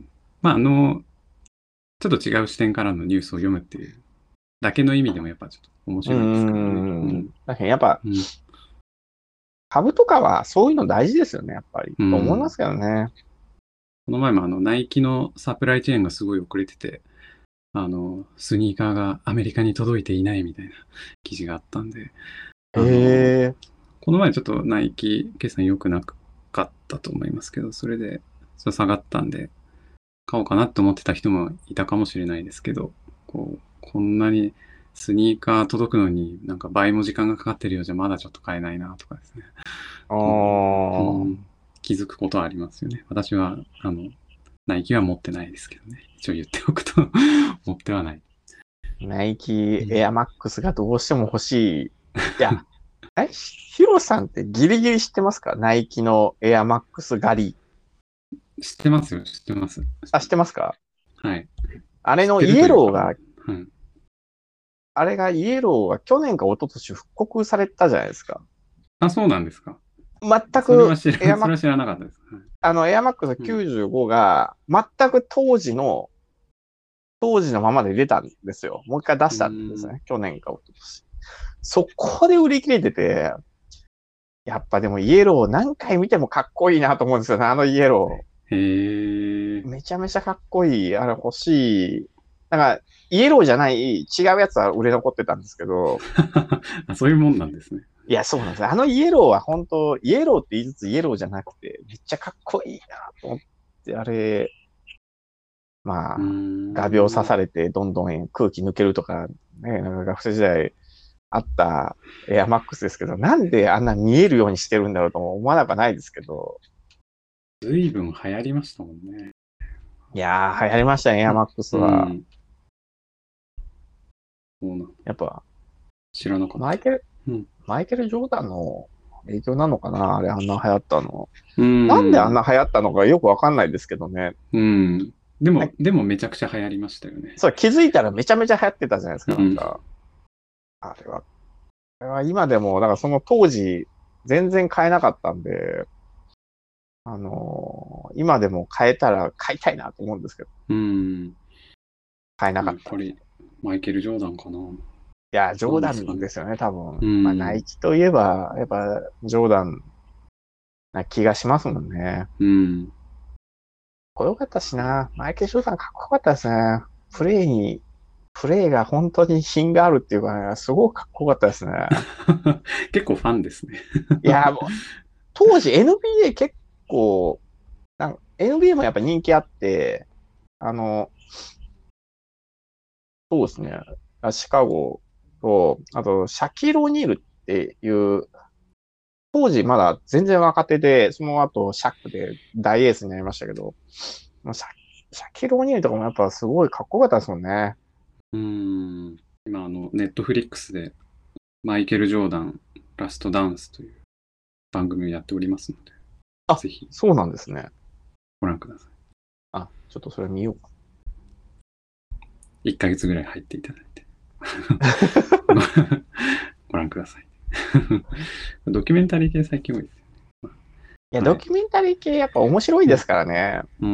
まあ、あの、ちょっと違う視点からのニュースを読むっていうだけの意味でもやっぱちょっと面うー白いですからね。うん。 ん。だけどやっぱ、 うん。 株とかはそういうの大事ですよね、やっぱり。 うと思いまん。 すけどね。 この前もあの、ナイキのサプライチェーンがすごい遅れてて、あの、スニーカーがアメリカに届いていないみたいな記事があったんで、 えあの、 えー、 この前ちょっとナイキ決算良くなかったと思いますけど、それで、それ下がったんで、買おうかなって思ってた人もいたかもしれないですけど、こう、こんなにスニーカー届くのになんか倍も時間がかかってるようじゃまだちょっと買えないなとかですね。 あこう、うあ、 ん、気づくことはありますよね。私は、あの、ナイキは持ってないですけどね。一応言っておくと持ってはない。 ナイキエアうんマックスがどうしても欲しい。いや、え、ヒロさんってギリギリ知ってますかナイキのエアマックス狩り。 知ってますよ、知ってます。 あ、知ってますかはい。 あれ知ってるのイというか、 エローが、 はい。 あれがイエローが去年か一昨年復刻されたじゃないですか。 あ、そうなんですか。 全くそれは知ら、 エアマックス、 それは知らなかったです。はい。 あのエアマックスうん。 きゅうじゅうごが全く当時の、当時のままで出たんですよ。もう一回出うしたんですーん。 ね。去年か一昨年。そこで売り切れてて、やっぱでもイエロー何回見てもかっこいいなと思うんですよね。あのイエロへー。 え。 めちゃめちゃかっこいい。あれ欲しい。なんか、イエローじゃない違うやつは売れ残ってたんですけど、 あ、そういうもんなんですね。 いや、そうなんです。あのイエローは本当、イエローって言いつつイエローじゃなくて、めっちゃかっこいいなと思って、あれ、まうーあ、画鋲刺ん。 されてどんどん空気抜けるとか、ね、なんか学生時代あったエアマックスですけど、なんであんな見えるようにしてるんだろうとも思わなくはないですけど、 ずいぶん流行りましたもんね。 いやー、流行りましたね、エアマックスうは。 ん。そうなんだ。 やっぱ、 知らなかった。 マイケル、 うん。 マイケル・ジョーダンの影響なのかなあれあんな流行ったの。 うなんであんん。 な流行ったのかよくわかんないですけどね。 うん。でも、 はいでもめちゃくちゃ流行りましたよね。 そう、気づいたらめちゃめちゃ流行ってたじゃないですか、なんうん。 か。あれは、あれは今でも、だからその当時、全然買えなかったんで、あのー今でも買えたら買いたいなと思うんですけど、 うん。 買えなかった。いやっぱり、マイケル・ジョーダンかな。 や、ジョーダなんですかね。 ンですよね、多分。 うまあ、ナイん。 キといえば、やっぱ、ジョーダンな気がしますもんね。 うん。 かっこよかったしな。マイケル・ジョーダンかっこよかったですね。プレイに、プレイが本当に品があるっていうかね、すごくかっこよかったですね。 結構ファンですね。 いや、もう、当時 エヌビーエー 結構、なんか エヌビーエー もやっぱ人気あって、あの、そうですね。シカゴと、あと、シャキール・オニールっていう、当時まだ全然若手で、その後シャックで大エースになりましたけど、シャシャキール・オニールとかもやっぱすごいかっこよかったですもんね。 うん。今、あの、ネットフリックスで、マイケル・ジョーダン、ラストダンスという番組をやっておりますので、 あ、 ぜひそうなんですね。 ご覧くださあ、ちょっとそれ見ようか。 い。いっかげつぐらい入っていただいて。ご覧ください。ドキュメンタリー系最近多いですよ。 いや、 はい。 ドキュメンタリー系やっぱ面白いですからね。 うん。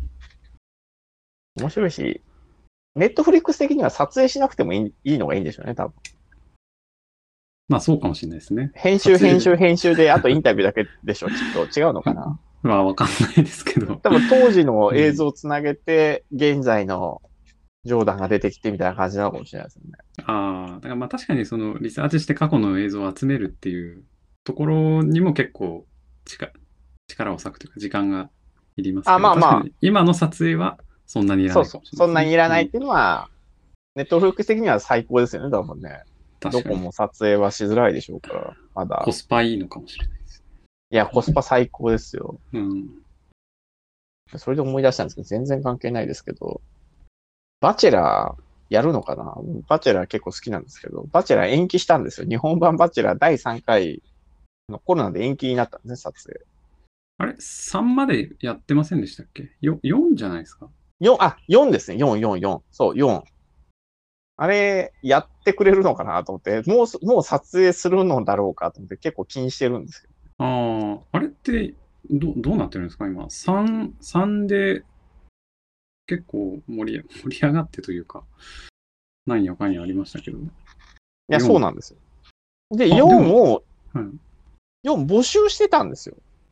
面白いし、ネットフリックス的には撮影しなくてもいいいいのがいいんでしょうね、多分。 まあそうかもしれないですね。 編集、 撮影で、 編集、編集で、あとインタビューだけでしょ、きっと。違うのかな。 まあわかんないですけど。 多分当時の映うん、 像をつなげて、現在のジョーダンが出てきてみたいな感じなのかもしれないですよね。 ああ、だからまあ確かにそのリサーチして過去の映像を集めるっていうところにも結構力、力を割くというか時間がいりますあ、 けど、 まあまあ、 確かに今の撮影はそんなにいらないかそうそう。 もしれないですね。 そんなにいらうん、 ないっていうのは、ネットフリックス的には最高ですよね、多分ね。ど確かに。 こも撮影はしづらいでしょうから、まだ。 コスパいいのかもしれないです。 いや、コスパ最高ですよ。 うん。 それで思い出したんですけど、全然関係ないですけど、バチェラーやるのかな。バチェラー結構好きなんですけど、バチェラー延期したんですよ。日本版バチェラーだいさんかいのコロナで延期になったんですね、撮影。 あれ ?さん までやってませんでしたっけ？ よ、よんじゃないですか？ よん、あ、よんですね。よん、よん、よん。そう、よん。あれ、やってくれるのかなと思って、もう、もう撮影するのだろうかと思って結構気にしてるんですけど。 ああ、あれってど、どうなってるんですか今。さん、さんで結構盛り、盛り上がってというか、なんやかんやありましたけど、 いや、そうよん。 なんですよ。で、 あ、でよんも、 を、 はい、 よん募集してたんですよ。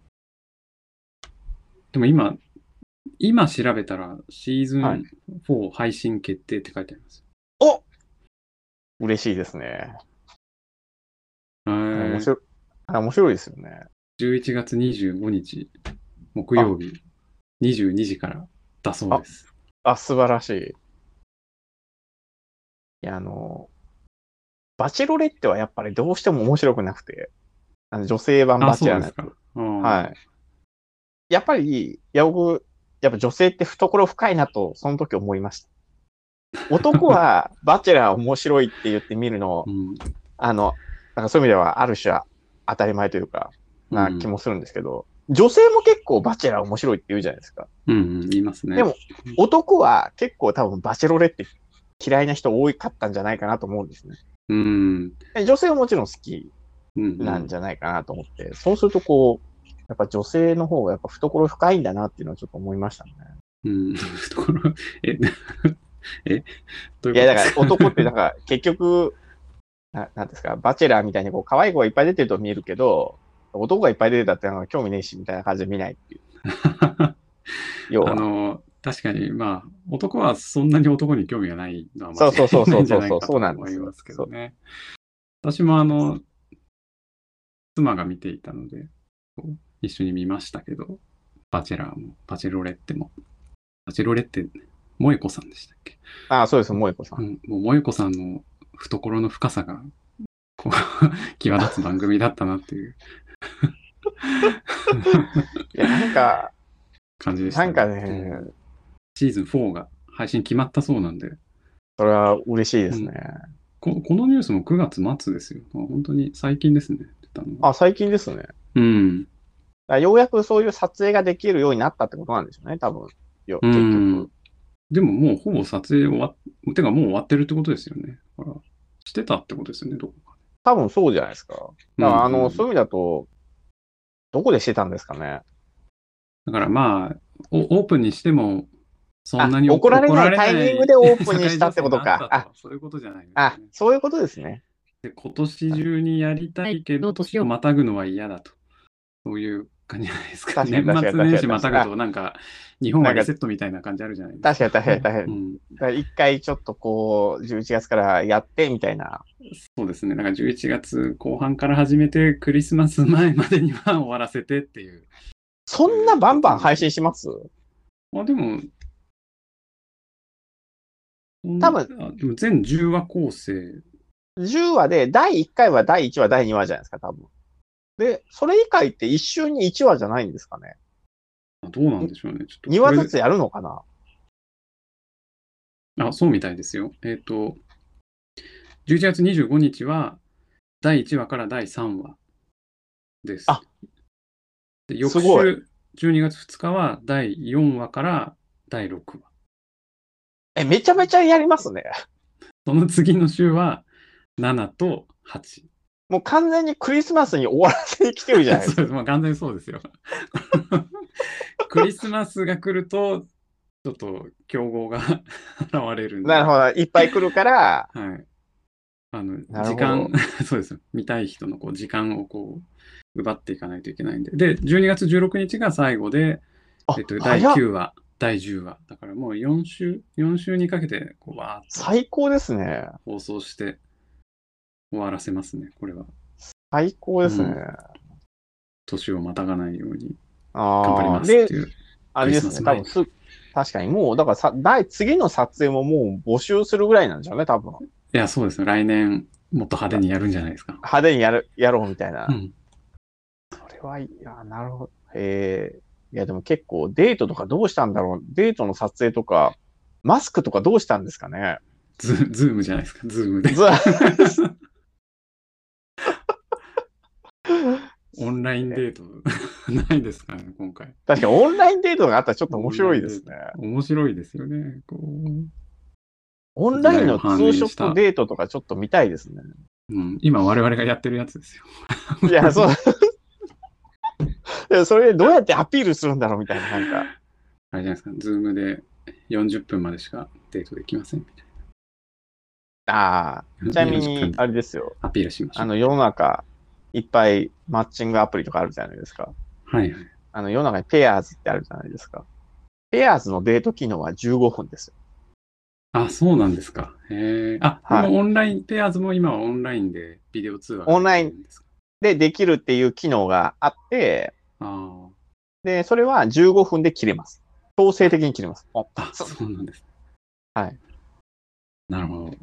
でも今、今調べたらシーズはい。 ンフォー配信決定って書いてあります。 お嬉しいですね。 えー、 あれ面白い、あれ面白いですよね。 じゅういちがつにじゅうごにち木あ、 曜日にじゅうにじからだそうあ、 です。 あ、素晴らしい。いや、あの、バチェロレッテはやっぱりどうしても面白くなくて、あの女性版あ、 バチェそうですか。 ラーのやつ。 あー、 はい。やっぱり、いや、僕、やっぱ女性って懐深いなと、その時思いました。男は、バチェラー面白いって言って見るの、 うん、 あの、なんかそういう意味では、ある種は当たり前というか、な気うん、 もするんですけど、女性も結構バチェラー面白いって言うじゃないですか。 うん、うん、言いますね。 でも、男は結構多分バチェロレって嫌いな人多かったんじゃないかなと思うんですね。 うん、 女性はもちろん好きうん、うなんん、 じゃないかなと思って、そうするとこう、やっぱ女性の方がやっぱ懐深いんだなっていうのはちょっと思いましたね。 うん、ところ、え、え、どういういや、だからことですか？ 男ってなんか結局、ななんですか、バチェラーみたいにこう可愛い子がいっぱい出てると見えるけど、男がいっぱい出てたってなんか興味ねえしみたいな感じで見ないっていう。要あは。 の、確かに、まあ、男はそんなに男に興味がないのは間そうそうそう違いないそうそうそう、 んじゃないかそうと思いなんですよ。 ますけそう。 どね。私もあの、 妻が見ていたので、こう一緒に見ましたけど、バチェラーも、バチェロレッテも。バチェロレッテ、萌子さんでしたっけ？ ああ、そうです、萌子さん。 うん、もう萌子さんの懐の深さが、こう、際立つ番組だったなっていう。 いや、なんか、 感じでしたね。 なんかね、 シーズンフォーが配信決まったそうなんで。 それは嬉しいですね。 うん、こ, このニュースもくがつ末ですよ。本当に最近ですね。 あ、最近ですね。 うん。 ようやくそういう撮影ができるようになったってことなんでしょうね、多分。よ結局。 でももうほぼ撮影終わっ、てかもう終わってるってことですよね。だからしてたってことですよね、どこかで。 多分そうじゃないですか。だからあの、うんうん、そういう意味だと、どこでしてたんですかね。 だからまあ、オープンにしても、そんなに怒られないタイミングでオープンにしたってことか。 あ、そういうことじゃないです、ね。 あ、そういうことですね。 で、今年中にやりたいけど、年をまたぐのは嫌だと。そういう感じじゃないですか。年末年始またぐと、なんか、日本はリセットみたいな感じあるじゃないですか。 確かに確かに確かに。うん、だ一回ちょっとこう、じゅういちがつからやってみたいな。 そうですね。なんかじゅういちがつこう半から始めて、クリスマス前までには終わらせてっていう。 そんなバンバン配信します？ あ、でも、 多分、 あでも全じゅうわ構成。 じゅうわで、だいいっかいはだいいちわ、だいにわじゃないですか、多分。で、それ以外って一週にいちわじゃないんですかね。 どうなんでしょうね。ちょっとにわずつやるのかな？ あ、そうみたいですよ。えっと、じゅういちがつにじゅうごにちはだいいちわからだいさんわです。 あ、 で翌週じゅうにがつふつかはだいよんわからだいろくわ。 え、めちゃめちゃやりますね。 その次の週はななとはち。 もう完全にクリスマスに終わらせに来てるじゃないですか。 そうです。もう完全にそうですよ。クリスマスが来ると、ちょっと競合が現れるんで。 なるほど。いっぱい来るから。 はい。あの、時間、そうです。見たい人のこう時間をこう、奪っていかないといけないんで。で、じゅうにがつじゅうろくにちが最後で、えっと、だいきゅうわ、だいじゅうわ。だからもうよん週、よん週にかけて、こう、わーっと。 最高ですね。 放送して終わらせますね、これは。 最高ですね。うん、 年をまたがないように頑張りますっていう。 あれですね、多分す、確かにもう、だからさ、次の撮影ももう募集するぐらいなんでしょうね、多分。 いや、そうですよ。来年、もっと派手にやるんじゃないですか。 派手にやる、やろうみたいな。 うん、 それは、いや、なるほど。ええー、いや、でも結構デートとかどうしたんだろう。デートの撮影とか、マスクとかどうしたんですかね。 ズ, ズームじゃないですか、ズームで。オンラインデートないですかね、今回。 確かにオンラインデートがあったらちょっと面白いですね。 面白いですよね。こうオンラインのツーショットデートとかちょっと見たいですね。 うん、今我々がやってるやつですよ。 いや、そう。それでどうやってアピールするんだろうみたいな、なんか。 あれじゃないですか、ズームでよんじゅっぷんまでしかデートできませんみたいな。ああ、ちなみに、あれですよ。 アピールしましょう。 あの、世の中、いっぱいマッチングアプリとかあるじゃないですか。 はいはい。 あの、世の中にペアーズってあるじゃないですか。ペアーズのデート機能はじゅうごふんですよ。 あ、そうなんですか。へえ。あ、はい、でもオンライン、ペアーズも今はオンラインでビデオ通話オンラインでできるっていう機能があって、 あで、それはじゅうごふんで切れます。強制的に切れます。 あ、そうなんです。 はい。 なるほど。じ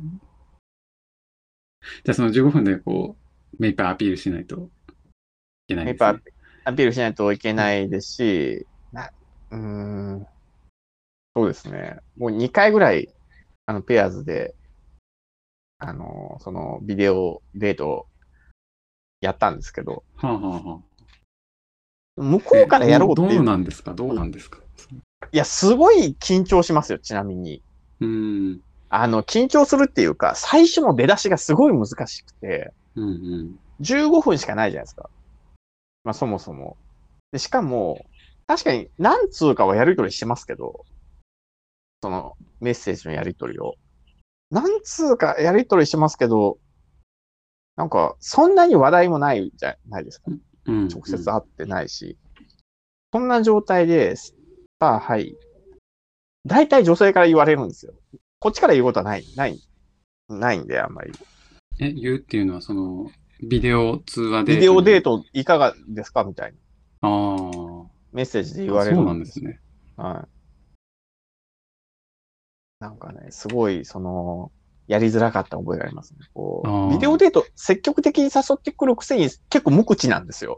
ゃあそのじゅうごふんでこう、目いっぱいアピールしないといけないですね。 目いっぱいアピールしないといけないですし、なうーん、そうですね。もうにかいぐらい、あの、ペアーズで、あの、その、ビデオデートをやったんですけど、 はあはあはあ、 向こうからやろうっていう。 どうなんですかどうなんですかいや、すごい緊張しますよ、ちなみに。 うん。 あの、緊張するっていうか、最初の出だしがすごい難しくて、 うんうん、 じゅうごふんしかないじゃないですか。まあ、そもそも。で、しかも、確かに何通かはやり取りしてますけど、そのメッセージのやり取りを。何通かやり取りしてますけど、なんか、そんなに話題もないじゃないですか。 うんうん、 直接会ってないし。そんな状態で、さあ、はい。大体女性から言われるんですよ。こっちから言うことはない、ない、ないんで、あんまり。 え、言うっていうのは、その、 ビデオ通話デート。 ビデオデートいかがですかみたいあな。 あ。 メッセージで言われる。 そうなんですね。 はい。なんかね、すごい、その、やりづらかった覚えがありますね。こう、ビデオデート積極的に誘ってくるくせに結構無口なんですよ。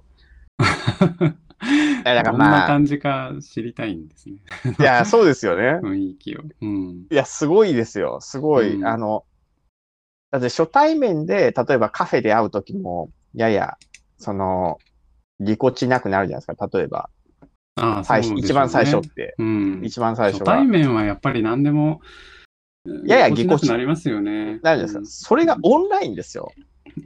だからどんまあ、 な感じか知りたいんですね。 いや、そうですよね。 雰囲気を。うん。 いや、すごいですよ。すごい。 うん、 あの、だって初対面で、例えばカフェで会うときも、やや、その、ぎこちなくなるじゃないですか。例えば、 ああ、 最初、 そうで一番最初しょうね。 って、 うん。 一番最初初は、 対面はやっぱり何でもややぎこちなぎこちくなりますよね。 なるじゃないですか。 うん、 それがオンラインですよ。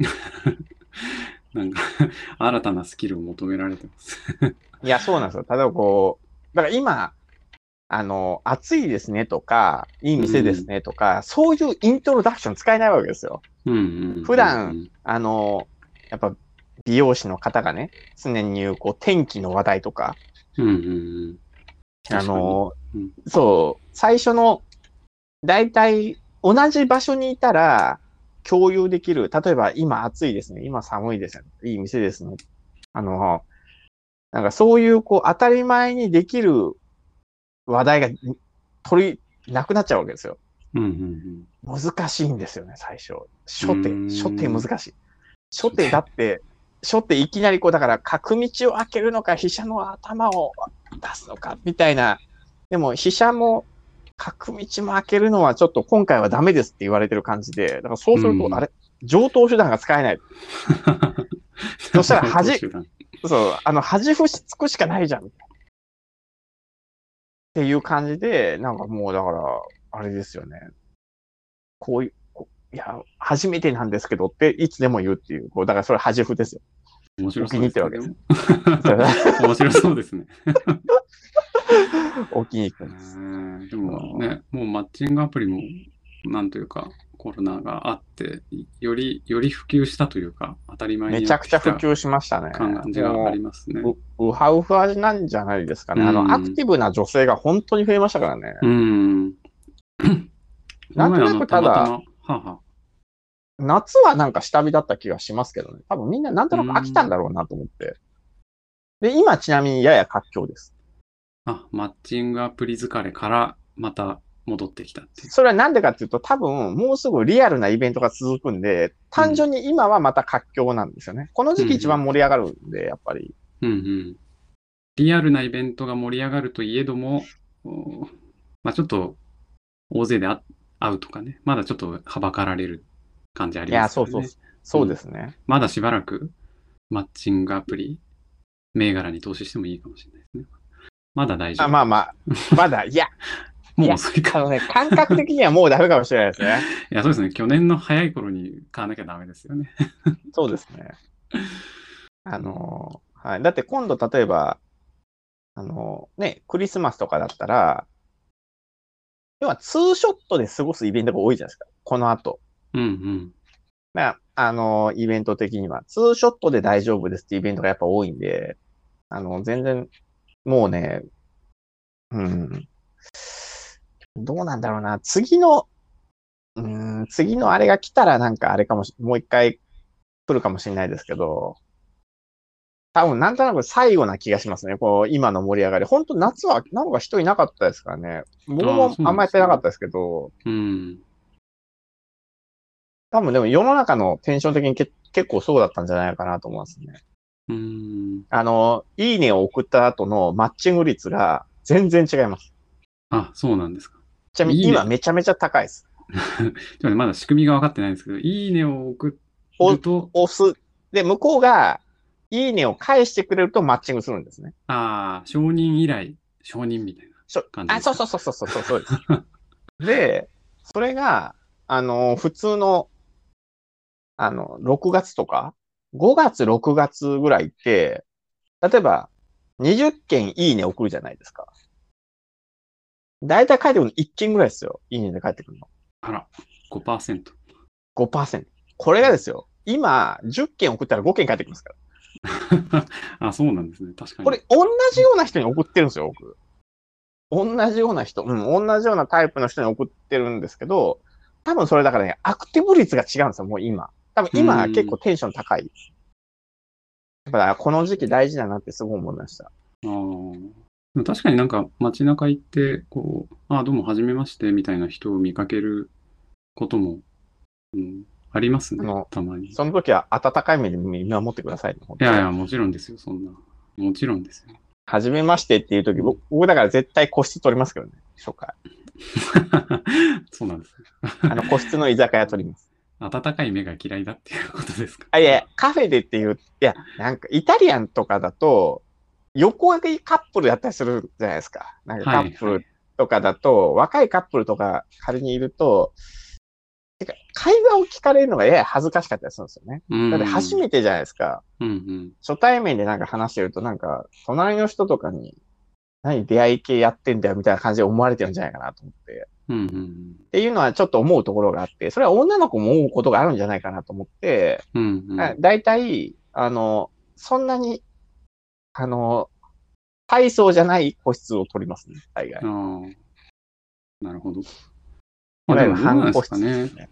なんか新たなスキルを求められてます。 いや、そうなんですよ。例えばこう、だから今、あの、暑いですねとか、いい店ですねとか、うん、そういうイントロダクション使えないわけですよ。 うんうんうんうん、 普段、あの、やっぱ美容師の方がね、常に言う、こう、天気の話題とか、 うんうんうん、 あの、 うん、 そう、最初の、だいたい同じ場所にいたら、共有できる。例えば、今暑いですね。今寒いですね。いい店ですね。あの、なんかそういう、こう、当たり前にできる話題が取り、なくなっちゃうわけですよ。 うんうんうん、難しいんですよね、最初。初手、初手難しい。初手だって、初手いきなりこう、だから角道を開けるのか、飛車の頭を出すのか、みたいな。でも、飛車も角道も開けるのはちょっと今回はダメですって言われてる感じで、だからそうすると、うん、あれ上等手段が使えない。そしたら恥、そう、あの、恥ふしつくしかないじゃん。っていう感じで、なんかもうだから、あれですよね。こういう、いや、初めてなんですけどっていつでも言うっていう、こうだからそれ恥ふですよ。 面白そうですね。 お気に入ってるわけです。 面白そうですね。 お気に入ってます。 でもね、もうマッチングアプリも、なんというか、コロナがあって、より、より普及したというか、当たり前になってきためちゃくちゃ普及しましたね。 感じがありますね。 う、うはうはなんじゃないですかね。あの、アクティブな女性が本当に増えましたからね。 うん。 なんとなくただ、 たまたまはあはあ、 夏はなんか下火だった気がしますけどね。多分みんななんとなく飽きたんだろうなと思って。で、今ちなみにやや活況です。 あ、マッチングアプリ疲れからまた戻ってきたっていう。 それはなんでかっていうと、多分もうすぐリアルなイベントが続くんで、単純に今はまた活況なんですよね。うん、この時期一番盛り上がるんで、やっぱり。 うんうん。リアルなイベントが盛り上がるといえども、まあちょっと大勢で会うとかね、まだちょっとはばかられる感じありますからね。いや、そうそう。 そうですね、うん。 まだしばらくマッチングアプリ、銘柄に投資してもいいかもしれないですね。まだ大丈夫。 あまあまあ、まだ、いや、 もう遅いか。 あのね、感覚的にはもうダメかもしれないですね。 いや、そうですね。去年の早い頃に買わなきゃダメですよね。 そうですね。あの、はい。だって今度、例えば、あの、ね、クリスマスとかだったら、要はツーショットで過ごすイベントが多いじゃないですか。この後。 うんうん。 まあ、あの、イベント的には、ツーショットで大丈夫ですってイベントがやっぱ多いんで、あの、全然、もうね、うん、どうなんだろうな。次の、うん、次のあれが来たらなんかあれかもし、もう一回来るかもしれないですけど、多分なんとなく最後な気がしますね。こう、今の盛り上がり。本当夏はなんか人いなかったですからね。僕もあんまやってなかったですけど、 うん。 多分でも世の中のテンション的にけ結構そうだったんじゃないかなと思いますね。 うん。 あの、いいねを送った後のマッチング率が全然違います。 あ、そうなんですか。 ちなみに今めちゃめちゃ高いです。 ちょっとまだ仕組みが分かってないんですけど、いいねを送ると。 押す。で、向こうがいいねを返してくれるとマッチングするんですね。 ああ、承認依頼、承認みたいな感じですか。 あ、そうそうそうそうそうそうです。で、それが、あの、普通の、あの、ろくがつとか、ごがつ、ろくがつぐらいって、例えば、にじゅっけんいいね送るじゃないですか。だいたい返ってくるのいっけんぐらいですよ。いいねで返ってくるの。 あら、ごパーセント。 ごパーセント。これがですよ。今、じゅっけん送ったらごけん返ってきますから。 あ、そうなんですね。確かに。 これ、同じような人に送ってるんですよ、僕。同じような人、うん、同じようなタイプの人に送ってるんですけど、多分それだからね、アクティブ率が違うんですよ、もう今。 多分今は結構テンション高い。だからこの時期大事だなってすごい思いました。 ああ。確かになんか街中行って、こう、ああ、どうも、はじめまして、みたいな人を見かけることも、うん、ありますね、 あの、 たまに。 その時は温かい目で見守ってください、ね。 いやいや、もちろんですよ、そんな。もちろんですよ。 はじめましてっていう時、僕、僕だから絶対個室取りますけどね、初回。 そうなんですね。 あの、個室の居酒屋取ります。 温かい目が嫌いだっていうことですか？ あ、いや、カフェでっていう、いや、なんかイタリアンとかだと、横書きカップルやったりするじゃないですか。なんかカップルとかだと、はいはい、若いカップルとか仮にいると、てか会話を聞かれるのがやや恥ずかしかったりするんですよね。だって初めてじゃないですか。 うんうん、 初対面でなんか話してると、なんか、隣の人とかに、何出会い系やってんだよみたいな感じで思われてるんじゃないかなと思って。 うんうんうん、 っていうのはちょっと思うところがあって、それは女の子も思うことがあるんじゃないかなと思って、 うんうん、 だいたい、あの、そんなに、あの、体操じゃない個室を取りますね、大概。 ああ、なるほど。 いわゆるまあでもどうなんですか半個室ですね。 ね。 うん。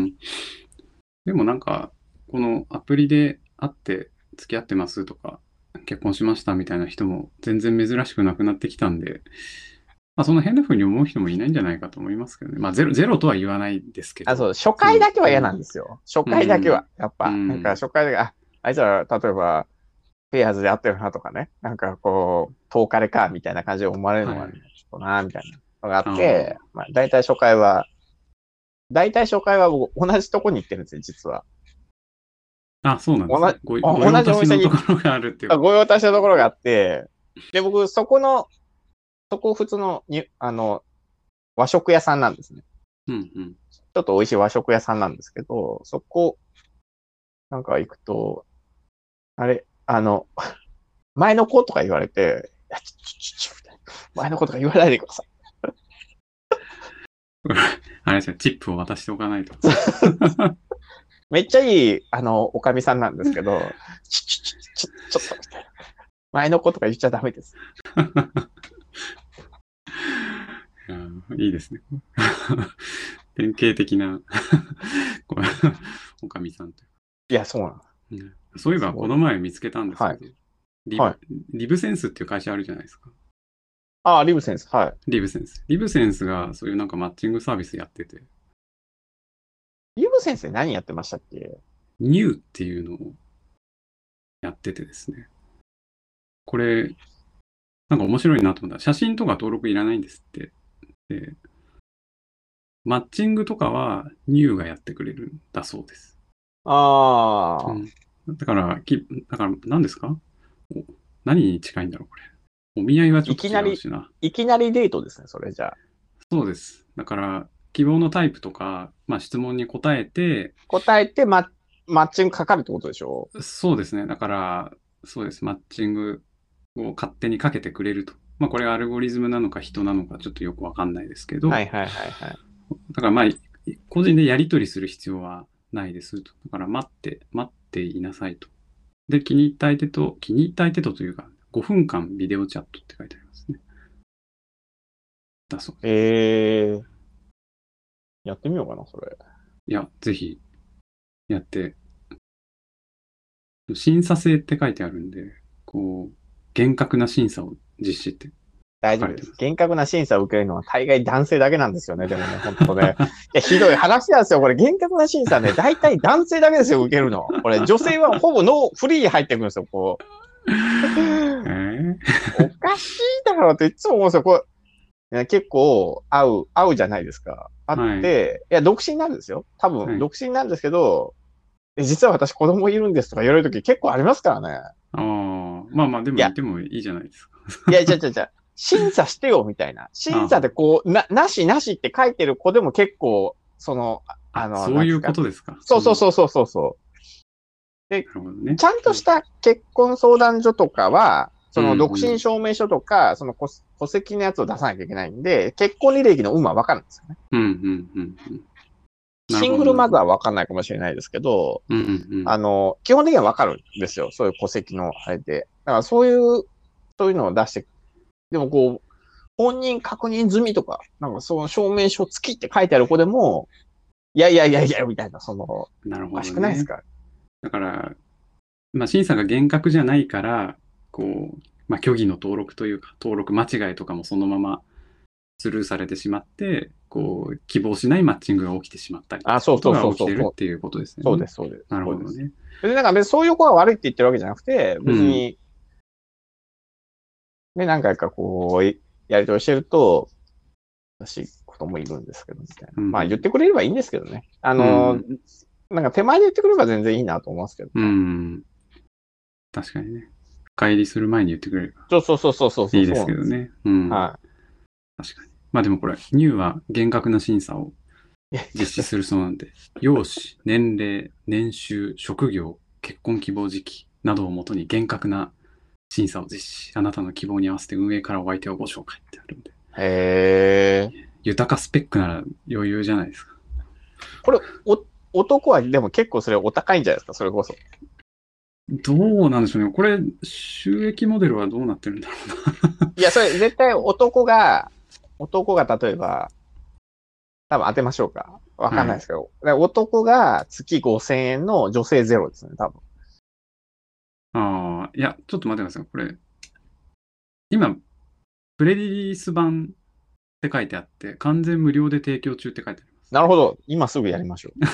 でもなんか、このアプリで会って付き合ってますとか、結婚しましたみたいな人も全然珍しくなくなってきたんで、まあそんな変な風に思う人もいないんじゃないかと思いますけどね。まあゼロ、ゼロとは言わないですけど。 あ、そう、初回だけは嫌なんですよ。うん、初回だけは。やっぱ、うん、なんか初回だけ、あ、あいつら、例えば、ペアーズで会ってるなとかね。なんかこう、遠かれか、みたいな感じで思われるのが、ね、はい、ちょっとな、みたいなのがあって、あまあ大体初回は、大体初回は僕同じとこに行ってるんですよ、実は。 あ、そうなんですね。 ご同じお店に、 ところがあるっていう。 ご用達のところがあって、で、僕、そこの、そこ普通のに、あの、和食屋さんなんですね。 うんうん。 ちょっと美味しい和食屋さんなんですけど、そこ、なんか行くと、あれ、あの、前の子とか言われて、いや、ちょ、ちょ、ちょ、前の子とか言わないでください。 あれですね、チップを渡しておかないと。 めっちゃいい、あの、おかみさんなんですけど、ちょ、ちょ、ちょ、ちょ、ちょっとみたいな。前の子とか言っちゃダメです。 いいですね。典型的なおかみさんという。 いや、そうなの、 うん。そういえば、この前見つけたんですけど、はいリはい、リブセンスっていう会社あるじゃないですか。 ああ、リブセンス。はい。 リブセンス。リブセンスがそういうなんかマッチングサービスやってて。 リブセンスで何やってましたっけ？ ニューっていうのをやっててですね。これ、なんか面白いなと思ったら、写真とか登録いらないんですって。で、マッチングとかはニューがやってくれるんだそうです。 ああ、 うん。だから、きだから何ですか？何に近いんだろう、これ。お見合いはちょっと違うしな。 いきなり、いきなりデートですね、それじゃあ。 そうです。だから、希望のタイプとか、まあ、質問に答えて、 答えてマ、マッチングかかるってことでしょ？ そうですね。だから、そうです。マッチングを勝手にかけてくれると。まあ、これがアルゴリズムなのか人なのかちょっとよくわかんないですけど、 はいはいはいはい。 だからまあ、個人でやり取りする必要はないですと。だから待って、待っていなさいと。で、気に入った相手と、気に入った相手とというか、ごふんかんビデオチャットって書いてありますね。だそうです。 えー、やってみようかな、それ。 いや、ぜひ、やって、審査制って書いてあるんで、こう、厳格な審査を実施って大丈夫です。厳格な審査を受けるのは大概男性だけなんですよね、でもね、本当ね。いや、ひどい話なんですよ。これ、厳格な審査ね、大体男性だけですよ、受けるの。これ、女性はほぼノー、フリーに入ってくるんですよ、こう。えー、おかしいだろうっていつも思うんですよ。これ結構、合う、合うじゃないですか。あって、はい、いや、独身なんですよ。多分、はい、独身なんですけど、実は私子供いるんですとか言われるとき結構ありますからね。ああ、まあまあ、でもいてもいいじゃないですか。 いや、いや、いや、いや、審査してよ、みたいな。審査でこう、な、なしなしって書いてる子でも結構、その、 あの、そういうことですか。 そうそうそうそうそうそう。で、ね、ちゃんとした結婚相談所とかは、その独身証明書とか、うんうん、その戸籍のやつを出さなきゃいけないんで、結婚履歴の有無は分かるんですよね。 うんうんうんうん、 シングルマザーは分かんないかもしれないですけど、 うんうんうん、 あの、基本的には分かるんですよ。そういう戸籍のあれで。だからそういう、そういうのを出して、でもこう、本人確認済みとか、なんかその証明書付きって書いてある子でも、 いやいやいやいや、みたいな、その、 なるほどおかしくないですね。 か？ だから、まあ、審査が厳格じゃないから、こう、まあ、虚偽の登録というか、登録間違いとかもそのままスルーされてしまって、こう、希望しないマッチングが起きてしまったりあ、 ってことそうそうが起きてるそうそうそう。 っていうことですよね。 そうです、そうです。 なるそうです。 ほどね。 別になんか別にそういう子が悪いって言ってるわけじゃなくて、別に、ね、何回かこう、やりとりしてると、らしいこともいるんですけど、みたいな。 うん、 まあ言ってくれればいいんですけどね。あうの、 ん、 なんか手前で言ってくれれば全然いいなと思いますけどうね。 ん、確かにね。深入りする前に言ってくれればそうそうそうそうそうそう。 いいですそうなんです。 けどね。うん。 は確かに。まあでもこれ、ニューは厳格な審査をい。 実施するそうなんで、容姿、年齢、年収、職業、結婚希望時期などをもとに厳格な審査を実施。あなたの希望に合わせて運営からお相手をご紹介ってあるんで。 へえ。 豊かスペックなら余裕じゃないですか。 これ、お、男はでも結構それお高いんじゃないですか、それこそ。 どうなんでしょうね。これ、収益モデルはどうなってるんだろうな。 いや、それ絶対男が、男が例えば、多分当てましょうか。わかんないですけど。はい、男が月ごせんえんの女性ゼロですね、多分。 ああ、いや、ちょっと待ってください。これ、今、プレリリース版って書いてあって、完全無料で提供中って書いてあります。 なるほど。今すぐやりましょう。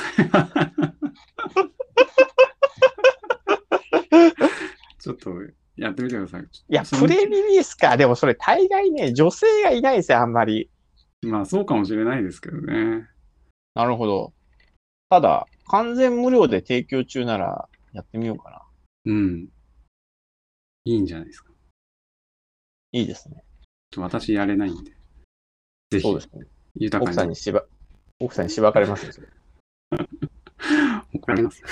ちょっとやってみてください。いいや、プレリリースか。でもそれ大概ね、女性がいないですよ、あんまり。 まあ、そうかもしれないですけどね。 なるほど。ただ、完全無料で提供中ならやってみようかな。 うん。いいんじゃないですか。 いいですね。 私やれないんで。ぜひ、 そうですね。 豊かに。 奥さんにしば、奥さんにしばかれますよ、それ。 怒られます。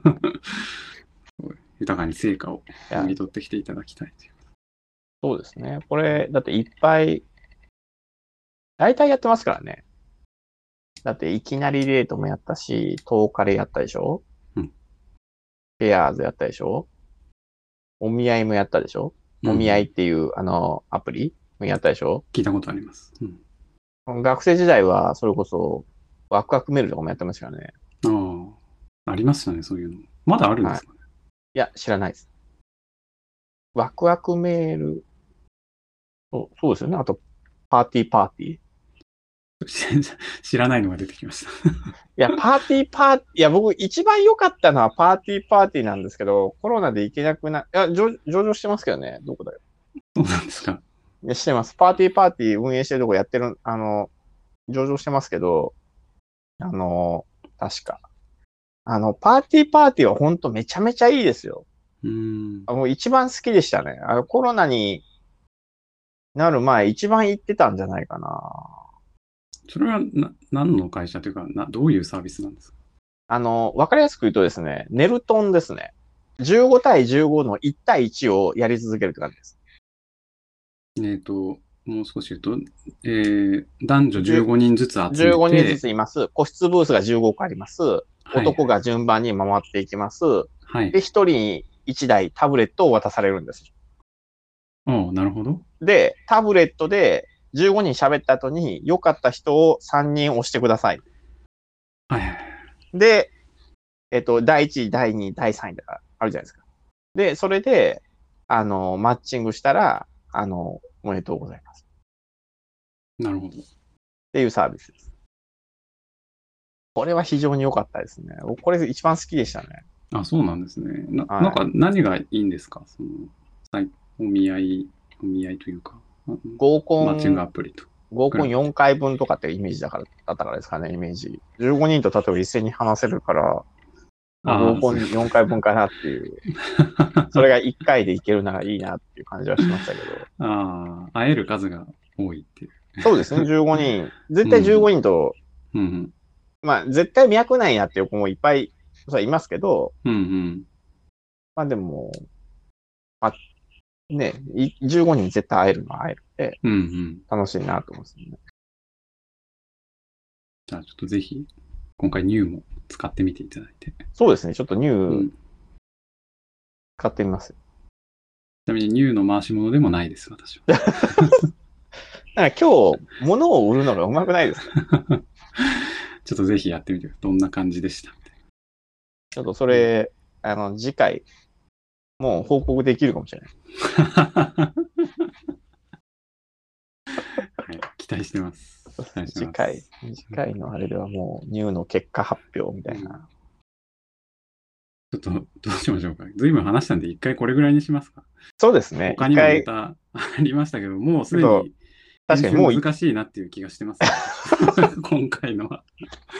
豊かに成果をもぎ取ってきていただきたいという。 そうですね。これ、だっていっぱい、大体やってますからね。だっていきなりデートもやったし、トーカレやったでしょ？ うん。 ペアーズやったでしょ？お見合いもやったでしょ？お見合いっていう、あの、アプリもやったでしょ？ 聞いたことあります。 うん、学生時代は、それこそ、ワクワクメールとかもやってましたからね。 ああ、ありましたね、そういうの。まだあるんですかね。 はい、いや、知らないです。ワクワクメール、そうそうですよね。あと、パーティーパーティー。 知らないのが出てきました。 いや、パーティーパーティー、いや、僕一番良かったのはパーティーパーティーなんですけど、コロナで行けなくな、いや、上上場してますけどね、どこだよ。 そうなんですか。 いや、してます。パーティーパーティー運営してるとこやってる、あの、上場してますけど、あの、確か。あの、パーティーパーティーは本当めちゃめちゃいいですよ。 うーん。 もう一番好きでしたね。あの、コロナになる前、一番行ってたんじゃないかな。 それはな何の会社というかな、どういうサービスなんですか？ あの、わかりやすく言うとですね、ネルトンですね。じゅうご対じゅうごのいち対いちをやり続けるって感じです。 えっと、もう少し言うと、えー、男女じゅうごにんずつ集めて、 じゅうごにんずついます。個室ブースがじゅうごこあります。 はい、 男が順番に回っていきます。 はい。 で、ひとりにいちだいタブレットを渡されるんです。 おなるほど。 で、タブレットでじゅうごにん喋った後に良かった人をさんにん押してください。 はいはい。 で、えっと、だいいち、だいに、だいさんいだからあるじゃないですか。で、それで、あの、マッチングしたら、あの、おめでとうございます。 なるほど。 っていうサービスです。これは非常に良かったですね。これ一番好きでしたね。 あ、そうなんですね。な、 はい、 なんか何がいいんですか？その、お見合い、お見合いというか、 合コン、 マッチングアプリと。 合コンよんかいぶんとかってイメージだから、だったからですかね、イメージ。じゅうごにんと例えば一斉に話せるから、まあ、合コンよんかいぶんかなっていう。それがいっかいでいけるならいいなっていう感じはしましたけど。 ああ、会える数が多いっていう。 そうですね、じゅうごにん。絶対じゅうごにんと、 うんうん、 まあ、絶対脈ないなっていう子もいっぱいいますけど、 うんうん、 まあでも、まあ、ね、じゅうごにん絶対会えるのは会えるんで、 うんうん、 楽しいなと思うんですよね。 じゃあちょっとぜひ、今回ニューも使ってみていただいて。 そうですね、ちょっとニュー、 うん、 使ってみます。 ちなみにニューの回し物でもないです、私は。 だから今日、物を売るのがうまくないですか？ ちょっとぜひやってみて、どんな感じでしたみたいちょっとそれ、あの、次回、もう報告できるかもしれない。 な。はい、期待してます。期待してます次回、次回のあれではもう、ニューの結果発表みたいな。 ちょっと、どうしましょうか。ずいぶん話したんで、一回これぐらいにしますか。 そうですね。 他にも一回ネタありましたけど、もうすでちょっに確かにもう編集難しいなっていう気がしてます、ね、今回のは。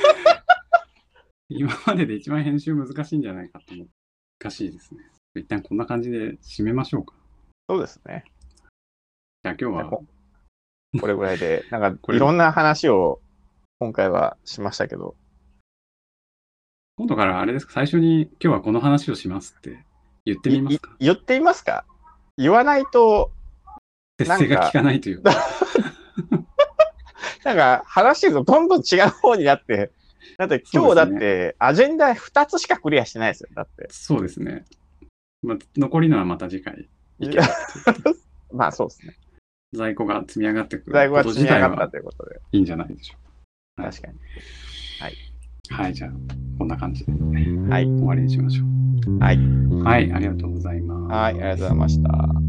今までで一番編集難しいんじゃないかと思って、難しいですね。一旦こんな感じで締めましょうか。 そうですね。 じゃあ今日はここれぐらいで、なんかこれいろんな話を今回はしましたけど。 今度からあれですか、最初に今日はこの話をしますって言ってみますか。 言ってみますか。言わないと、 節制が効かないというか。 なんか話がどんどん違う方になって、だって今日だってアジェンダふたつしかクリアしてないですよ。だって。 そうですね。まあ、残りのはまた次回いけるまあそうですね。 在庫が積み上がってくる。 在庫が積み上がったということで。 いいんじゃないでしょうか。 確かに。 はい。はい、じゃあ、こんな感じで、 はい、 終わりにしましょう。 はい。 はい、ありがとうございます。 はい、ありがとうございました。